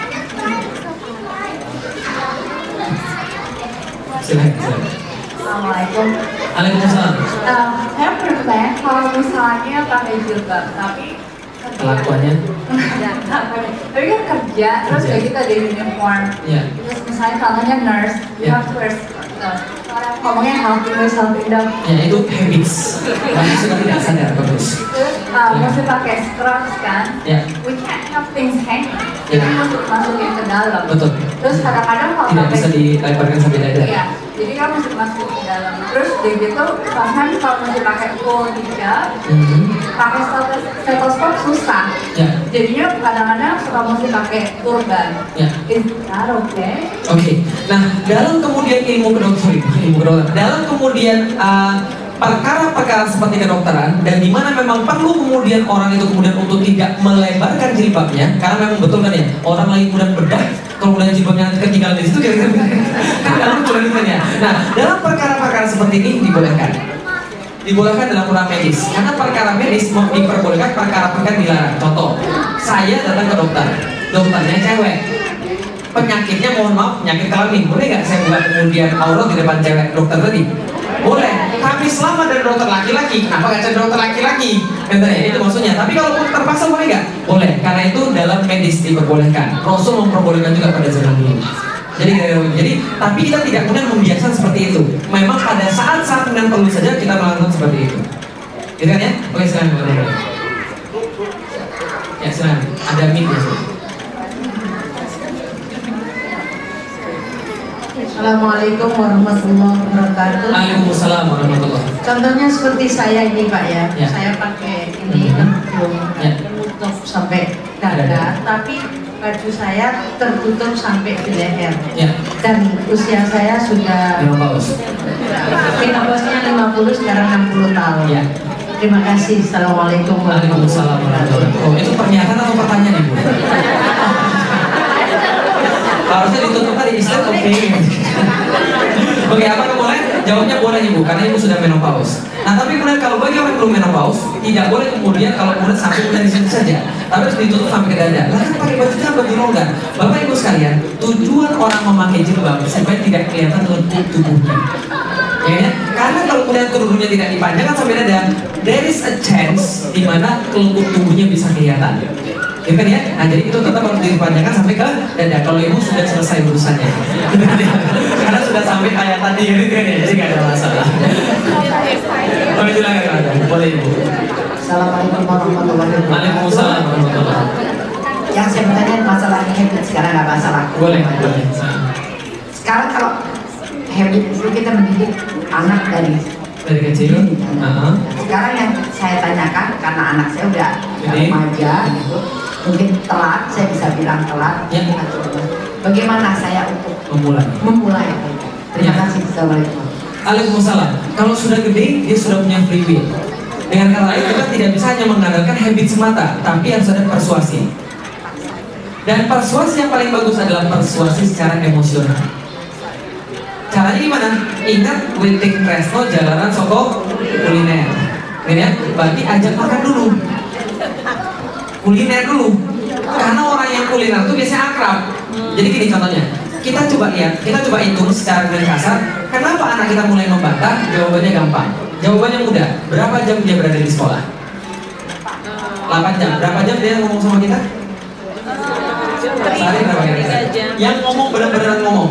Silakan. Assalamualaikum. Waalaikumsalam. Saya bertanya, kalau misalnya pakai jilbab, tapi Kelakuannya? tapi kan kerja, terus kayak kita di uniform. Ya. Terus misalnya contohnya nurse, you have to wear orang ngomongnya helping them. Ya itu habits. Banyak sudah tidak sadar bagus. Terus mesti pakai scrubs kan? Ya. We can't have things hanging. Ya. Jadi mesti masukin ke dalam. Betul. Terus kadang-kadang kalau Tidak pakai bisa dilebarkan sampai dada. iya, jadi kan mesti masukin ke dalam. Terus dari gitu, bahkan kalau mesti pakai full hijab, pakai stetoskop susah. Ya. Jadinya kadang-kadang suka mesti pakai turban. Ya. Is that okay? Oke. Nah, dalam kemudian ilmu kedokteran, dalam kemudian perkara-perkara seperti kedokteran dan di mana memang perlu kemudian orang itu kemudian untuk tidak melebarkan jilbabnya, karena memang betul kan ya, orang lagi kemudian bedah, kalau kemudian jilbabnya ketinggalan di situ kira-kira kan lucu kan ya. Nah, dalam perkara-perkara seperti ini dibolehkan dalam perkara medis, karena perkara medis diperbolehkan, perkara-perkara dilarang. Contoh, saya datang ke dokter, dokternya cewek, penyakitnya mohon maaf penyakit kelamin, boleh nggak saya buat kemudian aurat di depan cewek dokter tadi? Boleh, tapi selama dari dokter laki-laki, kenapa nggak cari dokter laki-laki? Katanya itu maksudnya. Tapi kalau terpaksa boleh nggak? Boleh, karena itu dalam medis diperbolehkan. Rasul memperbolehkan juga pada zaman dulu. Jadi, tapi kita tidak kemudian membiasakan seperti itu. Memang pada saat-saat yang perlu saja kita melakukan seperti itu. Gitu kan ya? Oke, silakan. Ya silakan. Ada mic ya. Assalamualaikum warahmatullahi wabarakatuh. Waalaikumsalam warahmatullahi wabarakatuh. Contohnya seperti saya ini Pak ya, Ya. saya pakai ini Ya. tertutup sampai dada, tapi baju saya tertutup sampai di leher. Ya. Dan usia saya sudah Menopause. menopausnya 50, sekarang 60 tahun. Ya. Terima kasih. Assalamualaikum Waalaikumsalam warahmatullahi wabarakatuh. Oh, itu pernyataan atau pertanyaan Ibu? Harusnya ditutup tadi Islam oke. Oke, apakah boleh? Jawabnya boleh Ibu, karena Ibu sudah menopause. Nah, tapi kemudian kalau bagi orang yang belum menopause, tidak boleh kemudian kalau kemudian sampai dari situ saja, tapi harus ditutup sampai ke dada. Lah kan pakai baju kan baju longgar. Bapak Ibu sekalian, tujuan orang memakai jilbab supaya tidak kelihatan lentuk tubuhnya. Ya, ya? Karena kalau kemudian kerudungnya tidak dipanjangkan sampai dada, there is a chance di mana lentuk tubuhnya bisa kelihatan. Ya kan ya? Nah jadi itu tetap harus dipanjangkan sampai ke dada. Kalau ibu sudah selesai urusannya, karena sudah sampai kayak tadi gitu kan ya, jadi nggak ada masalah. Boleh silakan, boleh ibu. Assalamualaikum warahmatullahi wabarakatuh. Waalaikumsalam warahmatullahi wabarakatuh. Yang saya bertanya masalah habit, sekarang nggak masalah. Boleh, boleh. Sekarang kalau habit itu kita mendidik anak dari kecil. Sekarang yang saya tanyakan, karena anak saya udah remaja gitu, mungkin telat, saya bisa bilang telat. Ya. Bagaimana saya untuk memulai? Terima kasih. Assalamualaikum. Waalaikumsalam. Kalau sudah gede, dia sudah punya free will. Dengan kata lain, kita tidak bisa hanya mengandalkan habit semata, tapi harus ada persuasi. Dan persuasi yang paling bagus adalah persuasi secara emosional. Caranya gimana? Ingat Witing Tresno jalanan Soko kuliner. Ini ya, berarti ajak makan dulu. Kuliner dulu. Karena orang yang kuliner itu biasanya akrab. Jadi gini contohnya, kita coba lihat, kita coba hitung secara kasar, kenapa anak kita mulai membantah? Jawabannya gampang, jawabannya mudah. Berapa jam dia berada di sekolah? 8 jam. Berapa jam dia ngomong sama kita? Sehari berapa kira-kira? Yang ngomong benar-benar ngomong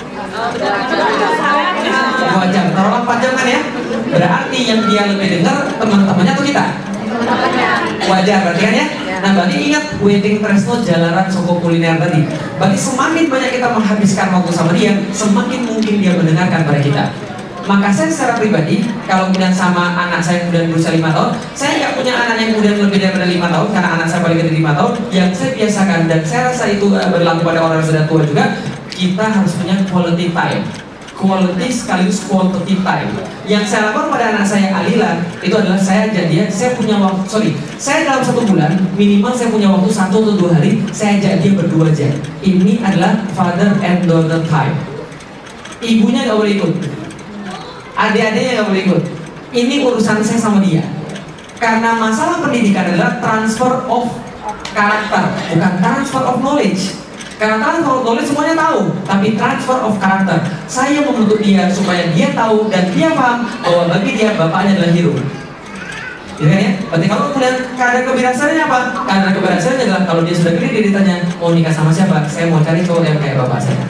2 jam, kalau 4 jam kan ya? Berarti yang dia lebih dengar teman-temannya atau kita? Wajar berarti kan ya? Nah berarti ingat waiting threshold jalanan soko kuliner tadi. Berarti semakin banyak kita menghabiskan waktu sama dia, semakin mungkin dia mendengarkan pada kita. Maka saya secara pribadi, kalau kemudian sama anak saya yang kemudian berusia 5 tahun, saya nggak punya anak yang kemudian lebih daripada 5 tahun, karena anak saya paling gede 5 tahun. Yang saya biasakan, dan saya rasa itu berlaku pada orang yang sudah tua juga, kita harus punya quality time. Quality sekaligus quantity time. Yang saya lakukan pada anak saya Alila, itu adalah saya ajak dia, saya punya waktu, saya dalam 1 bulan, minimal saya punya waktu 1 atau 2 hari, saya ajak dia berdua aja. Ini adalah father and daughter time. Ibunya nggak boleh ikut, adik-adiknya nggak boleh ikut. Ini urusan saya sama dia. Karena masalah pendidikan adalah transfer of karakter, bukan transfer of knowledge. Karena transfer of knowledge semuanya tahu, tapi transfer of karakter, saya membentuk dia supaya dia tahu dan dia paham bahwa bagi dia bapaknya adalah hero. Ya kan ya? Berarti kalau kemudian kadar kebirasaannya apa? Kadar kebirasaannya adalah kalau dia sudah gede, dia ditanya mau nikah sama siapa? Saya mau cari cowok yang kayak bapak saya.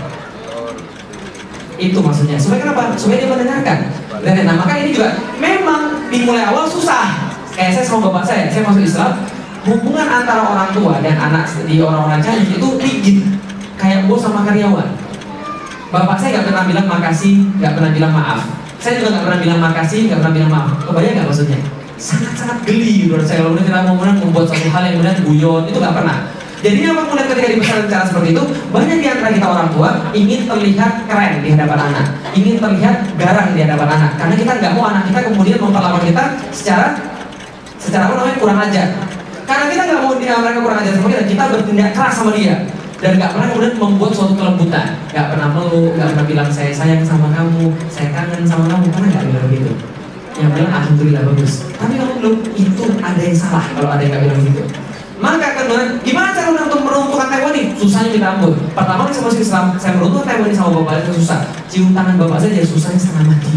Itu maksudnya. Supaya kenapa? Supaya dia mendengarkan. Dan nah maka ini juga memang dimulai awal susah. Kayak saya sama bapak saya masuk Islam. Hubungan antara orang tua dan anak di orang-orang Chinese itu rigid, kayak bos sama karyawan. Bapak saya nggak pernah bilang makasih, nggak pernah bilang maaf. Saya juga nggak pernah bilang makasih, nggak pernah bilang maaf. Kebayang nggak maksudnya? Sangat-sangat geli menurut saya kalau kita mau membuat suatu hal yang kemudian guyon, itu nggak pernah. Jadi apa kemudian ketika dibesarkan cara seperti itu, banyak di antara kita orang tua ingin terlihat keren di hadapan anak, ingin terlihat garang di hadapan anak, karena kita nggak mau anak kita kemudian memperlakukan kita secara apa namanya kurang ajar. Karena kita nggak mau mereka kurang ajar sama kita bertindak keras sama dia dan nggak pernah kemudian membuat suatu kelembutan, nggak pernah meluk, nggak pernah bilang saya sayang sama kamu, saya kangen sama kamu, karena nggak bilang begitu. Yang bilang alhamdulillah bagus. Tapi kalau belum itu ada yang salah kalau ada yang nggak bilang begitu. Maka kemudian gimana cara untuk meruntuhkan Taiwan ini? Susahnya minta ampun. Pertama saya masuk Islam, saya meruntuhkan Taiwan ini sama bapak itu susah. Cium tangan bapak saja susahnya setengah mati.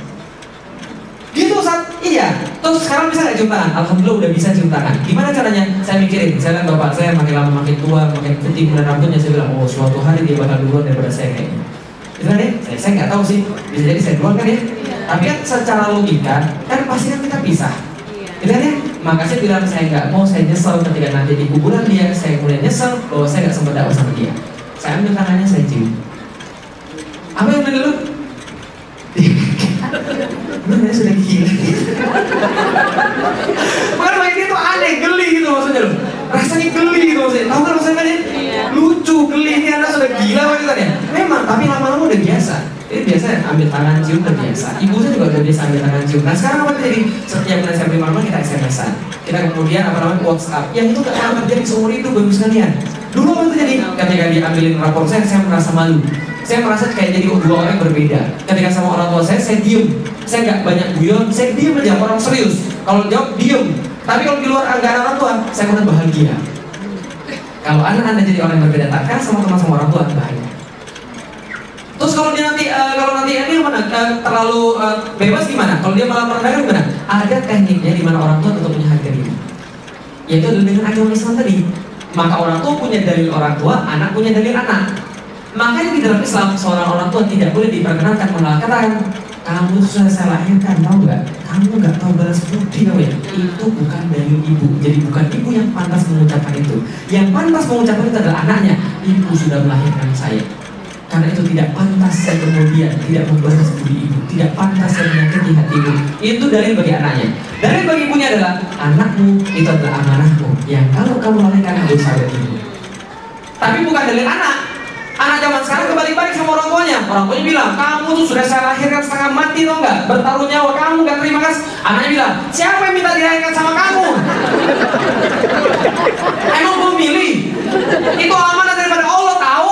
Gitu Ustaz, iya. Terus sekarang bisa nggak cium tangan? Alhamdulillah udah bisa cium tangan. Gimana caranya? Saya mikirin, saya lihat bapak saya makin lama makin tua, makin putih dan rambutnya, saya bilang, oh suatu hari dia bakal duluan daripada saya kayaknya. Itu kan ya? Saya nggak tahu sih, bisa jadi saya duluan kan ya? Tapi kan secara logika, kan pasti kan kita pisah. Itu kan ya? Maka saya bilang, saya nggak mau, saya nyesel ketika nanti di kuburan dia, saya kemudian nyesel bahwa saya nggak sempat dakwah sama dia. Saya ambil tangannya, saya cium. Apa yang dulu? Bener sudah gila. Makanya bagi dia tuh aneh, geli gitu maksudnya loh. Rasanya geli gitu maksudnya. Tahu kan maksudnya kan ya? Lucu, geli, ini anak sudah gila maksudnya. Memang, tapi lama-lama udah biasa. Jadi biasa ambil tangan cium udah biasa. Ibu saya juga udah biasa ambil tangan cium. Nah sekarang apa terjadi? Setiap bulan saya beri malam kita SMS-an. Kita kemudian apa namanya WhatsApp. Yang itu gak akan terjadi seumur hidup baru sekalian. Dulu apa terjadi? Ketika dia ambilin rapor saya merasa malu. Saya merasa kayak jadi dua orang yang berbeda. Ketika sama orang tua saya diem. Saya nggak banyak guyon, saya diem aja, orang serius. Kalau jawab diem. Tapi kalau di luar anggaran orang tua, saya pernah bahagia. Kalau anak-anak jadi orang yang berbeda, tak kan sama teman sama orang tua bahaya. Terus kalau dia nanti ini mana terlalu bebas gimana? Kalau dia malah merendahkan gimana? Ada tekniknya di mana orang tua tetap punya harga diri. Yaitu dengan agama Islam tadi. Maka orang tua punya dalil orang tua, anak punya dalil anak. Makanya di dalam Islam seorang orang tua tidak boleh diperkenankan mengatakan kamu sudah saya lahirkan, tahu nggak? Kamu nggak tahu balas budi kamu ya? Itu bukan dari ibu. Jadi bukan ibu yang pantas mengucapkan itu. Yang pantas mengucapkan itu adalah anaknya. Ibu sudah melahirkan saya. Karena itu tidak pantas saya kemudian tidak membalas budi ibu. Tidak pantas saya menyakiti hati ibu. Itu dalil bagi anaknya. Dalil bagi ibunya adalah anakmu itu adalah amanahmu. Yang kalau kamu lahirkan dosa dari ibu. Tapi bukan dalil anak. Anak zaman sekarang kebalik-balik sama orang tuanya. Orang tuanya bilang, kamu tuh sudah saya lahirkan setengah mati tau nggak? Bertaruh nyawa kamu nggak terima kasih. Anaknya bilang, siapa yang minta dilahirkan sama kamu? Emang gue milih? Itu amanah daripada Allah tahu.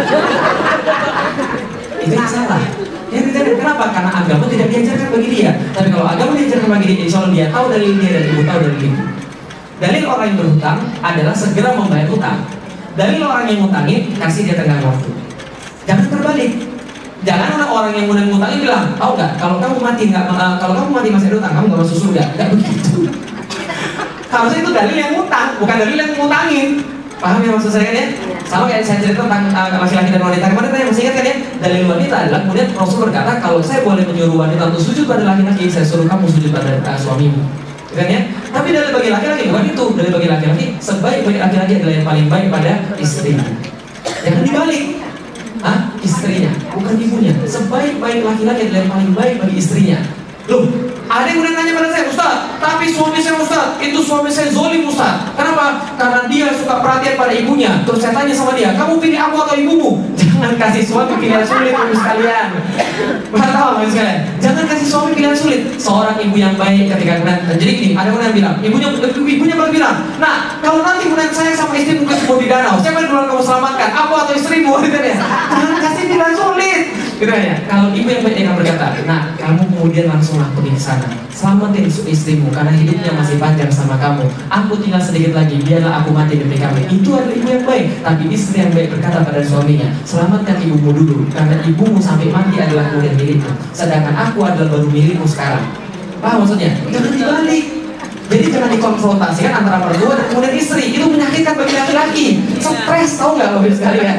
Itu yang salah. Yang tidak kenapa? Karena agama tidak diajarkan bagi dia. Tapi kalau agama diajarkan bagi dia, insya Allah dia tahu dari dia dan ibu tahu dari ibu. Dalil orang yang berhutang adalah segera membayar hutang. Dari orang yang ngutangi, kasih dia tenggang waktu. Jangan terbalik. Jangan orang yang kemudian ngutangin bilang, tahu nggak? Kalau kamu mati masih ada utang, kamu nggak masuk surga. Nggak begitu. Harusnya itu dalil yang ngutang, bukan dalil yang ngutangin. Paham ya maksud saya kan ya? Sama kayak saya cerita tentang laki-laki dan wanita kemarin, saya masih ingat kan ya? Dalil wanita adalah kemudian Rasul berkata, kalau saya boleh menyuruh wanita untuk sujud pada laki-laki, saya suruh kamu sujud pada suamimu. Kan ya? Tapi dalil bagi laki-laki bukan itu. Dalil bagi laki-laki, sebaik-baik laki-laki adalah yang paling baik pada istrinya. Jangan dibalik. Istrinya, bukan ibunya. Sebaik-baik laki-laki adalah yang paling baik bagi istrinya. Loh, ada yang kemudian tanya pada saya, Ustaz, tapi suami saya Ustaz, itu suami saya zolim Ustaz. Kenapa? Karena dia suka perhatian pada ibunya. Terus saya tanya sama dia, kamu pilih aku atau ibumu? Jangan kasih suami pilihan sulit ibu sekalian. Tahu ibu sekalian? Jangan kasih suami pilihan sulit. Seorang ibu yang baik ketika kemudian jadi gini, ada yang bilang, ibunya baru bilang, nah kalau nanti kemudian saya sama istrimu ketemu di danau, siapa yang duluan kamu selamatkan? Aku atau istrimu? Gitu ya. Jangan kasih pilihan sulit. Gitu ya. Kalau ibu yang baik dia akan berkata, nah kamu kemudian langsung pergi ke sana, selamatin istrimu karena hidupnya masih panjang sama kamu. Aku tinggal sedikit lagi, biarlah aku mati demi kamu. Itu adalah ibu yang baik. Tapi istri yang baik berkata pada suaminya, selamatkan ibumu dulu, karena ibumu sampai mati adalah kemudian milikmu, sedangkan aku adalah baru milikmu sekarang. Paham maksudnya? Jangan dibalik. Jadi jangan dikonfrontasikan antara mertua dan kemudian istri. Itu menyakitkan bagi laki-laki. Stres, tahu nggak Bapak sekalian?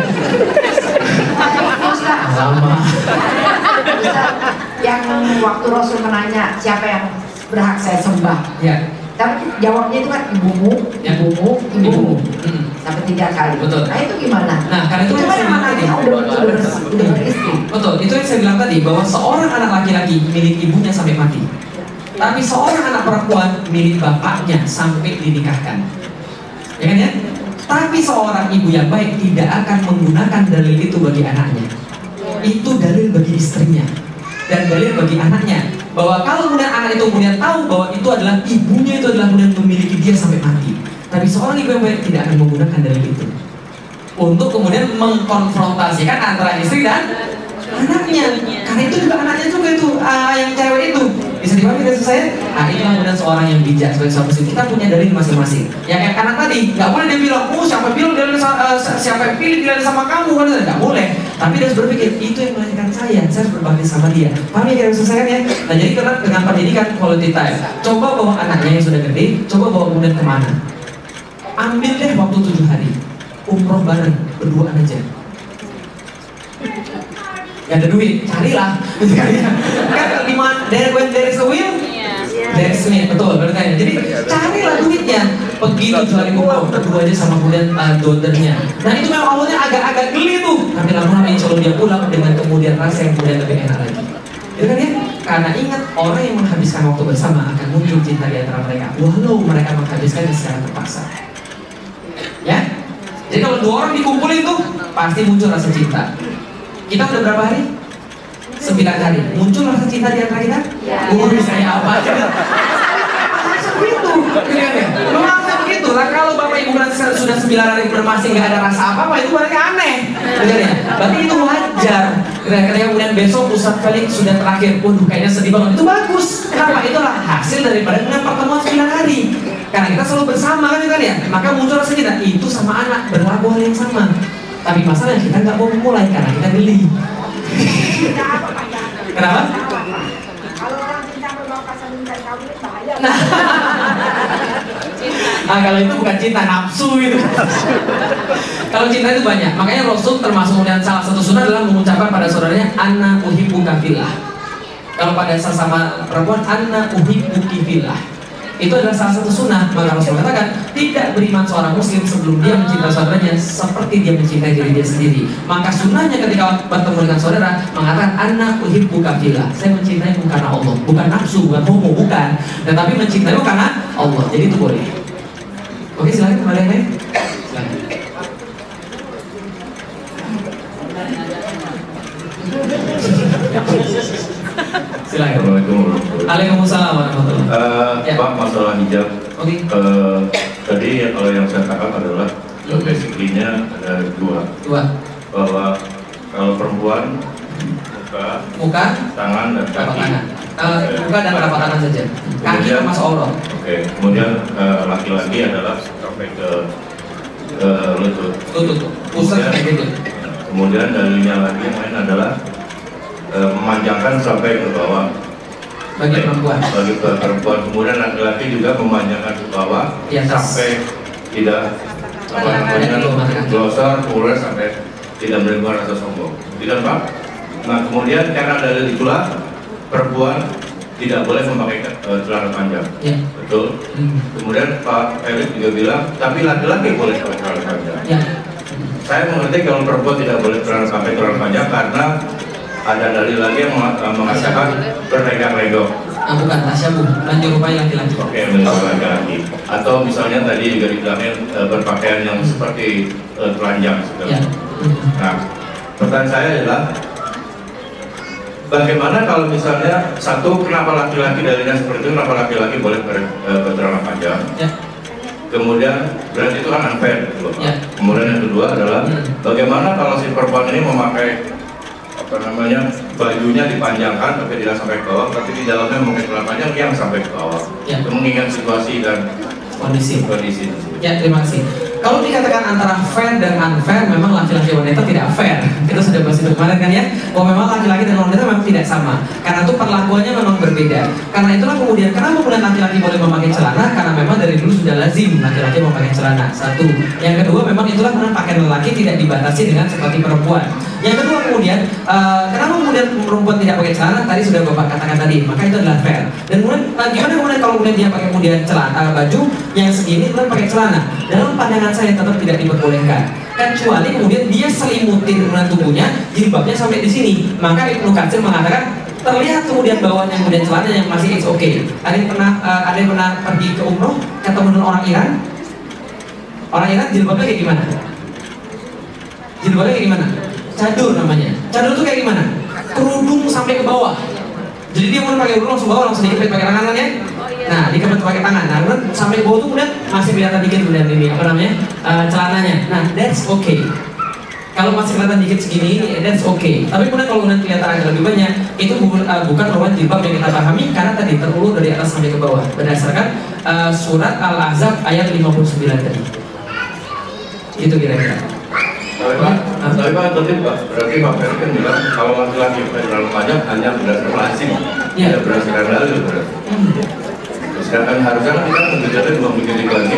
Sama. Yang waktu Rasul menanya siapa yang berhak saya sembah, Ya. tapi jawabnya itu kan ibumu. Sampai 3 kali. Betul. Nah itu gimana? Nah, karena itu Cuma yang anaknya udah beristri. Betul, itu yang saya bilang tadi, bahwa seorang anak laki-laki milik ibunya sampai mati. Tapi seorang anak perempuan milik bapaknya sampai dinikahkan. Ya kan ya? Tapi seorang ibu yang baik tidak akan menggunakan dalil itu bagi anaknya. Itu dalil bagi istrinya dan dalil bagi anaknya, bahwa kalau kemudian anak itu kemudian tahu bahwa itu adalah ibunya, itu adalah kemudian memiliki dia sampai mati. Tapi seorang ibu yang baik tidak akan menggunakan dalil itu untuk kemudian mengkonfrontasikan antara istri dan anaknya, karena itu juga anaknya juga itu yang cewek itu bisa dipahami dari saya. Nah itulah kemudian seorang yang bijak sebagai seorang muslim. Kita punya dalil masing-masing. Yang kayak anak tadi nggak boleh dia bilang, oh siapa bilang dalil siapa yang pilih dalil sama kamu, kan nggak boleh. Tapi dia harus berpikir itu yang melahirkan saya harus berbakti sama dia. Paham ya kira saya ya? Nah jadi dengan pendidikan quality time, coba bawa anaknya yang sudah gede, coba bawa kemudian kemana? Ambil deh waktu 7 hari umroh bareng berduaan aja. Gak ada duit, carilah. Kan di mana when there is a will, there is a need, betul berarti. Jadi carilah duitnya. Pergi 7 hari umroh berdua aja sama kemudian daughternya. Nah itu memang awalnya agak-agak geli tuh, tapi lama-lama insya Allah dia pulang dengan kemudian rasa yang kemudian lebih enak lagi. Ya kan ya? Karena ingat, orang yang menghabiskan waktu bersama akan muncul cinta di antara mereka, walau mereka menghabiskannya secara terpaksa. Ya? Jadi kalau 2 orang dikumpulin tuh pasti muncul rasa cinta. Kita udah berapa hari? 9 hari. Muncul rasa cinta di antara kita? Misalnya apa aja? Begitu. Memang begitu lah. Kalau bapak ibu sudah 9 hari masih nggak ada rasa apa-apa, itu berarti aneh. Benar ya? Berarti itu wajar. Karena kemudian besok Ustaz Felix sudah terakhir, waduh kayaknya sedih banget. Itu bagus. Kenapa? Itulah hasil daripada dengan pertemuan 9 hari. Karena kita selalu bersama kan ya? Maka muncul rasa cinta. Itu sama anak berlaku hal yang sama. Tapi masalahnya kita nggak mau memulai karena kita geli. Kenapa? Kalau orang cinta berpapasan minta kawin bahaya. Nah kalau itu bukan cinta, nafsu itu. Kalau cinta itu banyak. Makanya Rasul termasuk dan salah satu sunnah adalah mengucapkan pada saudaranya anna uhibbuka fillah. Kalau pada sesama perempuan anna uhibbuki fillah. Itu adalah salah satu sunnah. Maka Rasul katakan tidak beriman seorang muslim sebelum dia mencintai saudaranya seperti dia mencintai diri dia sendiri. Maka sunnahnya ketika bertemu dengan saudara mengatakan anna uhibbuka fillah. Saya mencintaimu karena Allah, bukan nafsu, bukan homo, bukan, tetapi mencintaimu karena Allah. Jadi itu boleh. Oke, silakan kembali yang lain. Silakan. Silakan. Assalamualaikum warahmatullahi wabarakatuh. Waalaikumsalam warahmatullahi wabarakatuh. Pak, masalah hijab. Oke. Tadi kalau yang saya tangkap adalah basically-nya ada dua. Bahwa kalau perempuan muka, tangan dan kaki. Muka dan telapak tangan saja. Kaki termasuk aurat. Oke. Kemudian laki-laki adalah sampai ke lutut. Pusat kayak gitu. Kemudian dalilnya lagi yang lain adalah memanjangkan sampai ke bawah. Bagi perempuan. Bagi perempuan. Kemudian laki-laki juga memanjangkan ke bawah sampai tidak glosor, kemudian sampai tidak menimbulkan rasa sombong. Tidak, Pak? Nah, kemudian karena dalil itulah perempuan tidak boleh memakai celana panjang. Ya. Betul. Kemudian Pak Erik juga bilang, tapi laki-laki boleh pakai celana panjang. Ya. Saya mengerti kalau perempuan tidak boleh pakai celana panjang karena ada dalil lagi yang mengatakan berlegak-legok. Bukan, tasyabuh, menyerupai laki-laki. Oke, menyerupai laki-laki. Atau misalnya tadi juga dibilangnya berpakaian yang seperti telanjang. Ya. Nah, pertanyaan saya adalah bagaimana kalau misalnya satu, kenapa laki-laki dalilnya seperti itu, kenapa laki-laki boleh bercelana panjang? Ya. Kemudian berarti itu kan unfair, gitu. Ya. Kemudian yang kedua adalah bagaimana kalau si perempuan ini memakai bajunya dipanjangkan tapi tidak sampai ke bawah, tapi di dalamnya memakai celana panjang yang sampai ke bawah. Ya. Mengingat situasi dan kondisi. Ya, terima kasih. Kalau dikatakan antara fair dan unfair, memang laki-laki wanita tidak fair. Kita sudah bahas itu kemarin kan ya, bahwa memang laki-laki dan wanita memang tidak sama. Karena itu perlakuannya memang berbeda. Karena itulah kemudian kenapa kemudian laki-laki boleh memakai celana? Karena memang dari dulu sudah lazim laki-laki memakai celana. Satu. Yang kedua, memang itulah kemudian pakaian lelaki tidak dibatasi dengan seperti perempuan. Yang kedua kemudian, kenapa kemudian perempuan tidak pakai celana? Tadi sudah Bapak katakan tadi, maka itu adalah fair. Dan kemudian gimana kemudian kalau kemudian dia pakai kemudian celana baju yang segini kemudian pakai celana? Dalam pandangan saya tetap tidak diperbolehkan, kecuali kemudian dia selimutin kemudian tubuhnya, jilbabnya sampai di sini. Maka Ibnu Katsir mengatakan terlihat kemudian bawahnya kemudian celana yang masih it's okay. Ada yang pernah pergi ke umroh ketemu dengan orang Iran? Orang Iran jilbabnya kayak gimana? Jilbabnya kayak gimana? Cadur namanya. Cadur itu kayak gimana? Kerudung sampai ke bawah. Jadi dia mau pakai kerudung langsung bawah, langsung dikepit pakai tangan ya. Nah, dikepit pakai tangan. Nah, kemudian sampai ke bawah itu kemudian masih kelihatan dikit kemudian ini apa namanya? Celananya. Nah, that's okay. Kalau masih kelihatan dikit segini, that's okay. Tapi kemudian kalau kemudian kelihatan agak lebih banyak, itu bukan merupakan jilbab yang kita pahami karena tadi terulur dari atas sampai ke bawah berdasarkan surat Al-Ahzab ayat 59 tadi. Itu kira-kira. Tapi Pak, berarti Pak Ferry kan bilang kalau laki-laki terlalu panjang hanya berdasarkan lazim, tidak berdasarkan dalil berarti. Sedangkan harusnya kan kita menjadi dua mengikuti lazim,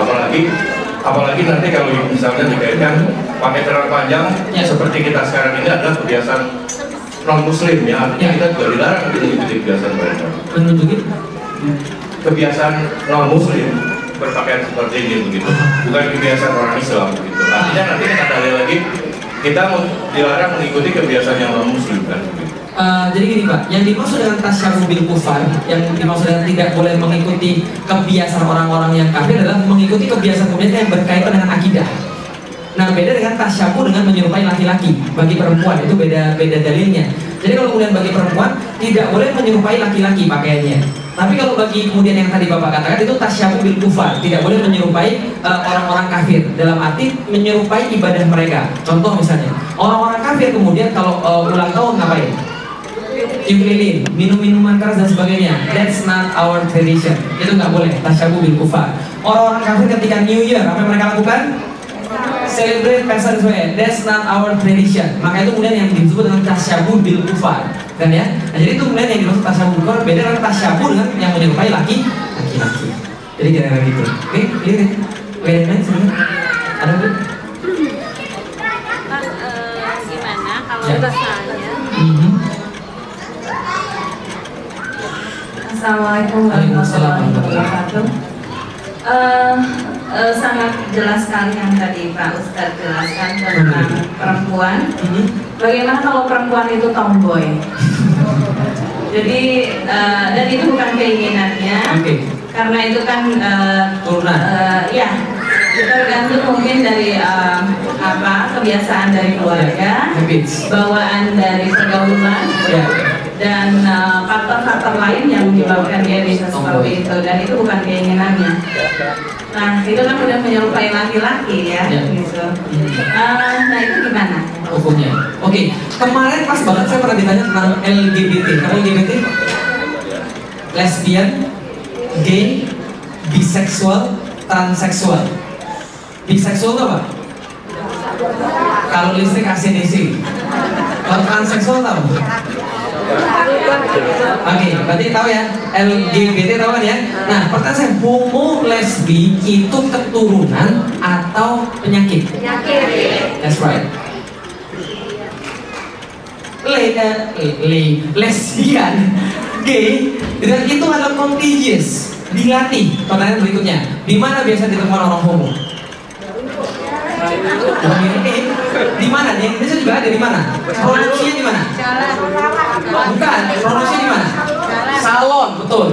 apalagi nanti kalau misalnya dikaitkan pakai celana panjang seperti kita sekarang ini adalah kebiasaan non muslim ya, artinya kita juga dilarang mengikuti kebiasaan mereka. Menunjukin kebiasaan non muslim berpakaian seperti ini begitu, bukan kebiasaan orang Islam begitu. Artinya nanti kita dalil lagi kita dilarang mengikuti kebiasaan yang non muslim kan begitu. Jadi gini Pak, yang dimaksud dengan tasyabuh bil kufar, yang dimaksud dengan tidak boleh mengikuti kebiasaan orang-orang yang kafir adalah mengikuti kebiasaan kemudian yang berkaitan dengan akidah. Nah, beda dengan tasyabuh dengan menyerupai laki-laki. Bagi perempuan itu beda dalilnya. Jadi kalau kemudian bagi perempuan tidak boleh menyerupai laki-laki pakaiannya. Tapi kalau bagi kemudian yang tadi Bapak katakan itu tasyabuh bil kufar, tidak boleh menyerupai orang-orang kafir dalam arti menyerupai ibadah mereka. Contoh misalnya, orang-orang kafir kemudian kalau ulang tahun ngapain? Tiup lilin, minum minuman keras dan sebagainya. That's not our tradition. Itu nggak boleh. Tasyabuh bil kufar. Orang-orang kafir ketika New Year apa yang mereka lakukan? Celebrate pesta dan sebagainya. That's not our tradition. Maka itu kemudian yang disebut dengan tasyabuh bil kufar, kan ya? Nah, jadi itu kemudian yang dimaksud tasyabuh bil kufar beda dengan tasyabuh dengan yang menyerupai laki-laki. Jadi kira-kira gitu. Oke, clear ya? Beda lain sebenarnya. Ada belum? Gimana kalau misalnya? Assalamualaikum warahmatullahi wabarakatuh. Sangat jelas sekali yang tadi Pak Ustadz jelaskan tentang perempuan. Bagaimana kalau perempuan itu tomboy? Jadi dan itu bukan keinginannya, karena itu kan turunan. Ya, tergantung mungkin dari kebiasaan dari keluarga, bawaan dari pergaulan. Dan faktor-faktor lain yang menyebabkan dia bisa seperti itu, dan itu bukan keinginannya. Nah, itu kan udah menyerupai laki-laki ya, gitu. Nah, itu gimana hukumnya? Oke, kemarin pas banget saya pernah ditanya tentang LGBT. Karena LGBT, lesbian, gay, biseksual, transseksual. Biseksual itu apa? Kalau listrik AC/DC. Kalau transseksual tahu? Oke, berarti tahu ya, LGBT tahu kan ya? Nah, pertanyaan saya, homo lesbi itu keturunan atau penyakit? Penyakit. That's right. Lesbian, gay, dan itu adalah contagious. Dilatih. Pertanyaan berikutnya, di mana biasa ditemukan orang homo? Di mana? Di Indonesia juga ada. Di mana? Produksinya di mana? Bukan, produksinya di mana? Salon, betul.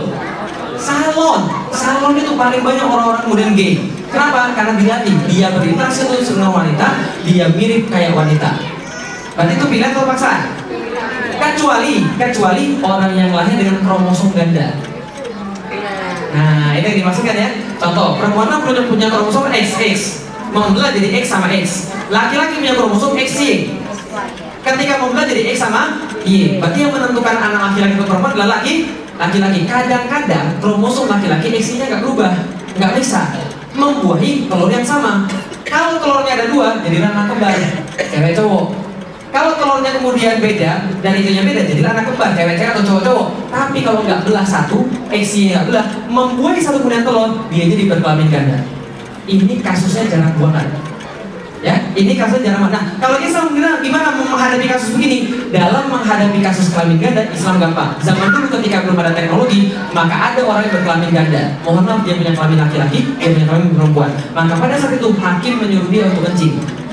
Salon itu paling banyak orang-orang kemudian gay. Kenapa? Karena dilatih. Dia berinteraksi dengan wanita, dia mirip kayak wanita. Berarti itu pilihan atau paksaan? Kecuali orang yang lahir dengan kromosom ganda. Nah, ini yang dimaksudkan ya. Contoh, perempuan punya kromosom XX, membelah jadi X sama X. Laki-laki punya kromosom XY. Ketika membelah jadi X sama Y, berarti yang menentukan anak laki-laki atau perempuan adalah laki-laki. Kadang-kadang kromosom laki-laki XY-nya nggak berubah, nggak bisa membuahi telur yang sama. Kalau telurnya ada dua, jadi anak kembar, cewek cowok. Kalau telurnya kemudian beda dan itunya beda, jadi anak kembar, cewek-cewek atau cowok-cowok. Tapi kalau nggak belah satu, XY nggak belah, membuahi satu kemudian telur, dia jadi berkelamin ganda. Ini kasusnya jarang banget. Ya, ini kasusnya jarang banget. Nah, kalau Islam gimana menghadapi kasus begini? Dalam menghadapi kasus kelamin ganda, Islam gampang. Zaman dulu ketika belum ada teknologi, maka ada orang yang berkelamin ganda. Mohon maaf, dia punya kelamin laki-laki, dia punya kelamin perempuan. Maka pada saat itu hakim menyuruh dia untuk kencing.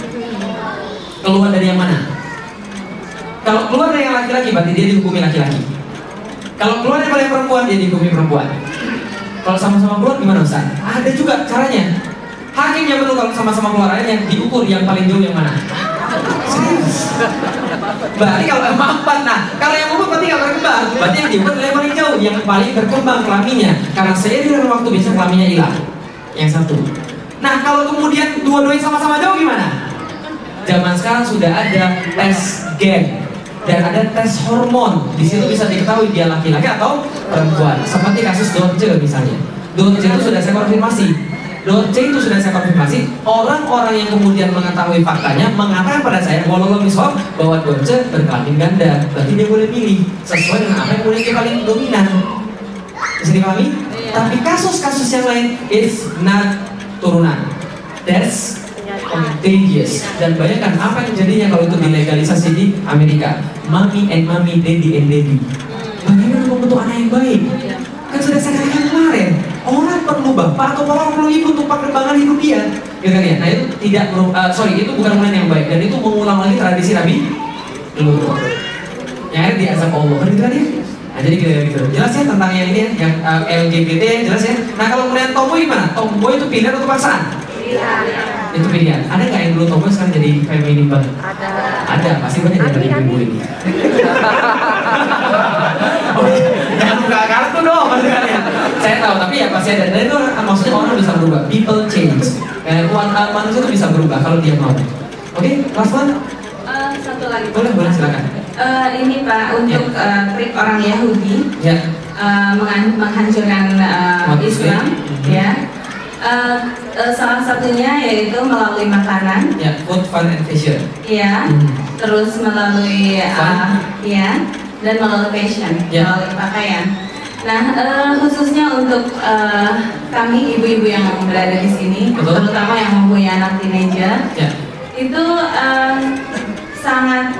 Keluar dari yang mana? Kalau keluar dari yang laki-laki, berarti dia dihukumi laki-laki. Kalau keluar dari yang perempuan, dia dihukumi perempuan. Kalau sama-sama keluar gimana Ustaz? Ada juga caranya. Hakim yang perlu kalau sama-sama keluarannya diukur yang paling jauh yang mana? Serius. Berarti kalau empat, nah kalau yang umur berarti nggak berkembang. Berarti yang diukur yang paling jauh, yang paling berkembang kelaminnya. Karena seiring dengan waktu bisa kelaminnya hilang. Yang satu. Nah kalau kemudian dua-duanya sama-sama jauh gimana? Zaman sekarang sudah ada tes gen dan ada tes hormon. Di situ bisa diketahui dia laki-laki atau perempuan. Seperti kasus Dorce misalnya. Dorce itu sudah saya konfirmasi. Orang-orang yang kemudian mengetahui faktanya mengatakan pada saya bahwa Dorce berkelamin ganda. Berarti dia boleh pilih sesuai dengan apa yang kemudian dia paling dominan. Bisa dipahami? Tapi kasus-kasus yang lain is not turunan. That's contagious. Dan bayangkan apa yang jadinya kalau itu dilegalisasi di Amerika. Mommy and mommy, daddy and daddy. Bagaimana membentuk anak yang baik? Kan sudah saya katakan kemarin, orang perlu bapak atau orang perlu ibu untuk perkembangan hidup dia. Ya kan ya? Nah itu tidak itu bukan hubungan yang baik dan itu mengulang lagi tradisi Nabi dulu. Yang diazab Allah kan gitu kan ya? Nah jadi gitu. Jelas ya tentang yang ini ya, yang LGBT ya, jelas ya. Nah kalau kemudian tomboy gimana? Tomboy itu pilihan atau paksaan? Pilihan. Itu pilihan. Ada nggak yang dulu tomboy sekarang jadi feminim banget? Ada, pasti banyak dari ibu ini. Jangan buka kartu dong, maksudnya. Saya tahu, tapi ya pasti ada. Dan itu maksudnya orang bisa berubah. People change. Manusia itu bisa berubah kalau dia mau. Oke, last one. Satu lagi. Boleh silakan. Ini Pak untuk trik orang Yahudi menghancurkan Islam, ya. Salah satunya yaitu melalui makanan. Ya, food, fun, and fashion. Iya. Terus melalui ya. Dan melalui fashion, melalui pakaian. Nah, khususnya untuk kami ibu-ibu yang berada di sini, terutama yang mempunyai anak teenager, itu sangat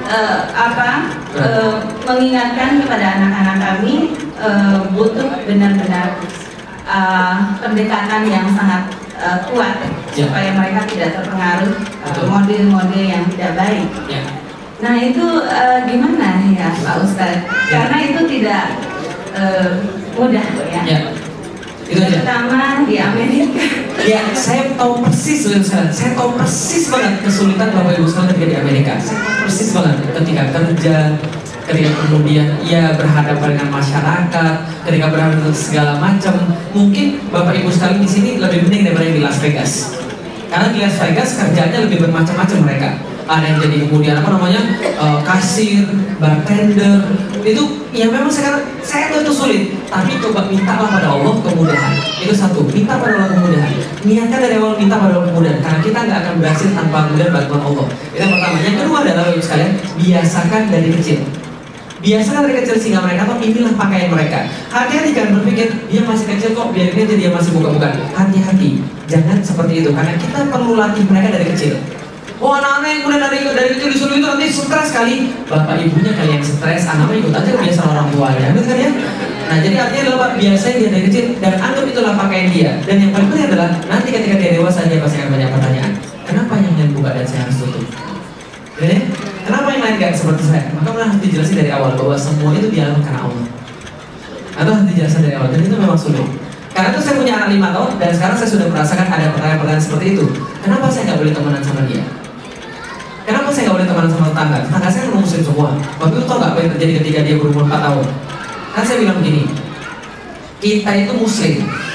mengingatkan kepada anak-anak kami butuh benar-benar pendekatan yang sangat kuat supaya mereka tidak terpengaruh model-model yang tidak baik. Nah itu gimana ya Pak Ustadz? Karena itu tidak mudah ya. Terutama di Amerika. Ya, saya tahu persis saya tahu persis banget kesulitan Bapak Ibu sekalian ketika di Amerika. Saya tahu persis banget ketika kerja, ketika kemudian ia berhadapan dengan masyarakat, ketika berhadapan dengan segala macam. Mungkin Bapak Ibu sekalian di sini lebih penting daripada di Las Vegas. Karena di Las Vegas kerjanya lebih bermacam-macam mereka. Ada yang jadi kemudian kasir, bartender, Itu ya memang sekarang saya tahu itu sulit, tapi coba mintalah pada Allah kemudahan. Itu satu, minta pada Allah kemudahan. Niatkan dari awal minta pada Allah kemudahan, karena kita nggak akan berhasil tanpa kemudahan bantuan Allah. Itu yang pertama. Yang kedua adalah Bapak Ibu sekalian, biasakan dari kecil. Biasakan dari kecil sehingga mereka tahu inilah pakaian mereka. Hati-hati jangan berpikir dia masih kecil kok, biarin aja dia masih buka-buka. Hati-hati, jangan seperti itu, karena kita perlu latih mereka dari kecil. Oh anak-anak yang kemudian dari kecil disuruh itu nanti stres sekali. Bapak ibunya kali yang stres, anaknya ikut aja kebiasaan orang tuanya, betul kan ya? Nah jadi artinya adalah biasanya dia dari kecil dan anggap itulah pakaian dia. Dan yang paling penting adalah nanti ketika dia dewasa dia pasti akan banyak pertanyaan. Kenapa yang lain buka dan saya harus tutup? Ya? Kenapa yang lain gak seperti saya? Maka harus dijelasin dari awal bahwa semua itu dialami karena Allah. Atau harus dijelasin dari awal dan itu memang sulit. Karena itu saya punya anak 5 tahun dan sekarang saya sudah merasakan ada pertanyaan-pertanyaan seperti itu. Kenapa saya nggak boleh temenan sama dia? Kenapa saya nggak boleh teman sama tetangga? Tetangga saya kan muslim semua. Waktu itu tau nggak apa yang terjadi ketika dia berumur 4 tahun? Kan saya bilang begini, kita itu muslim.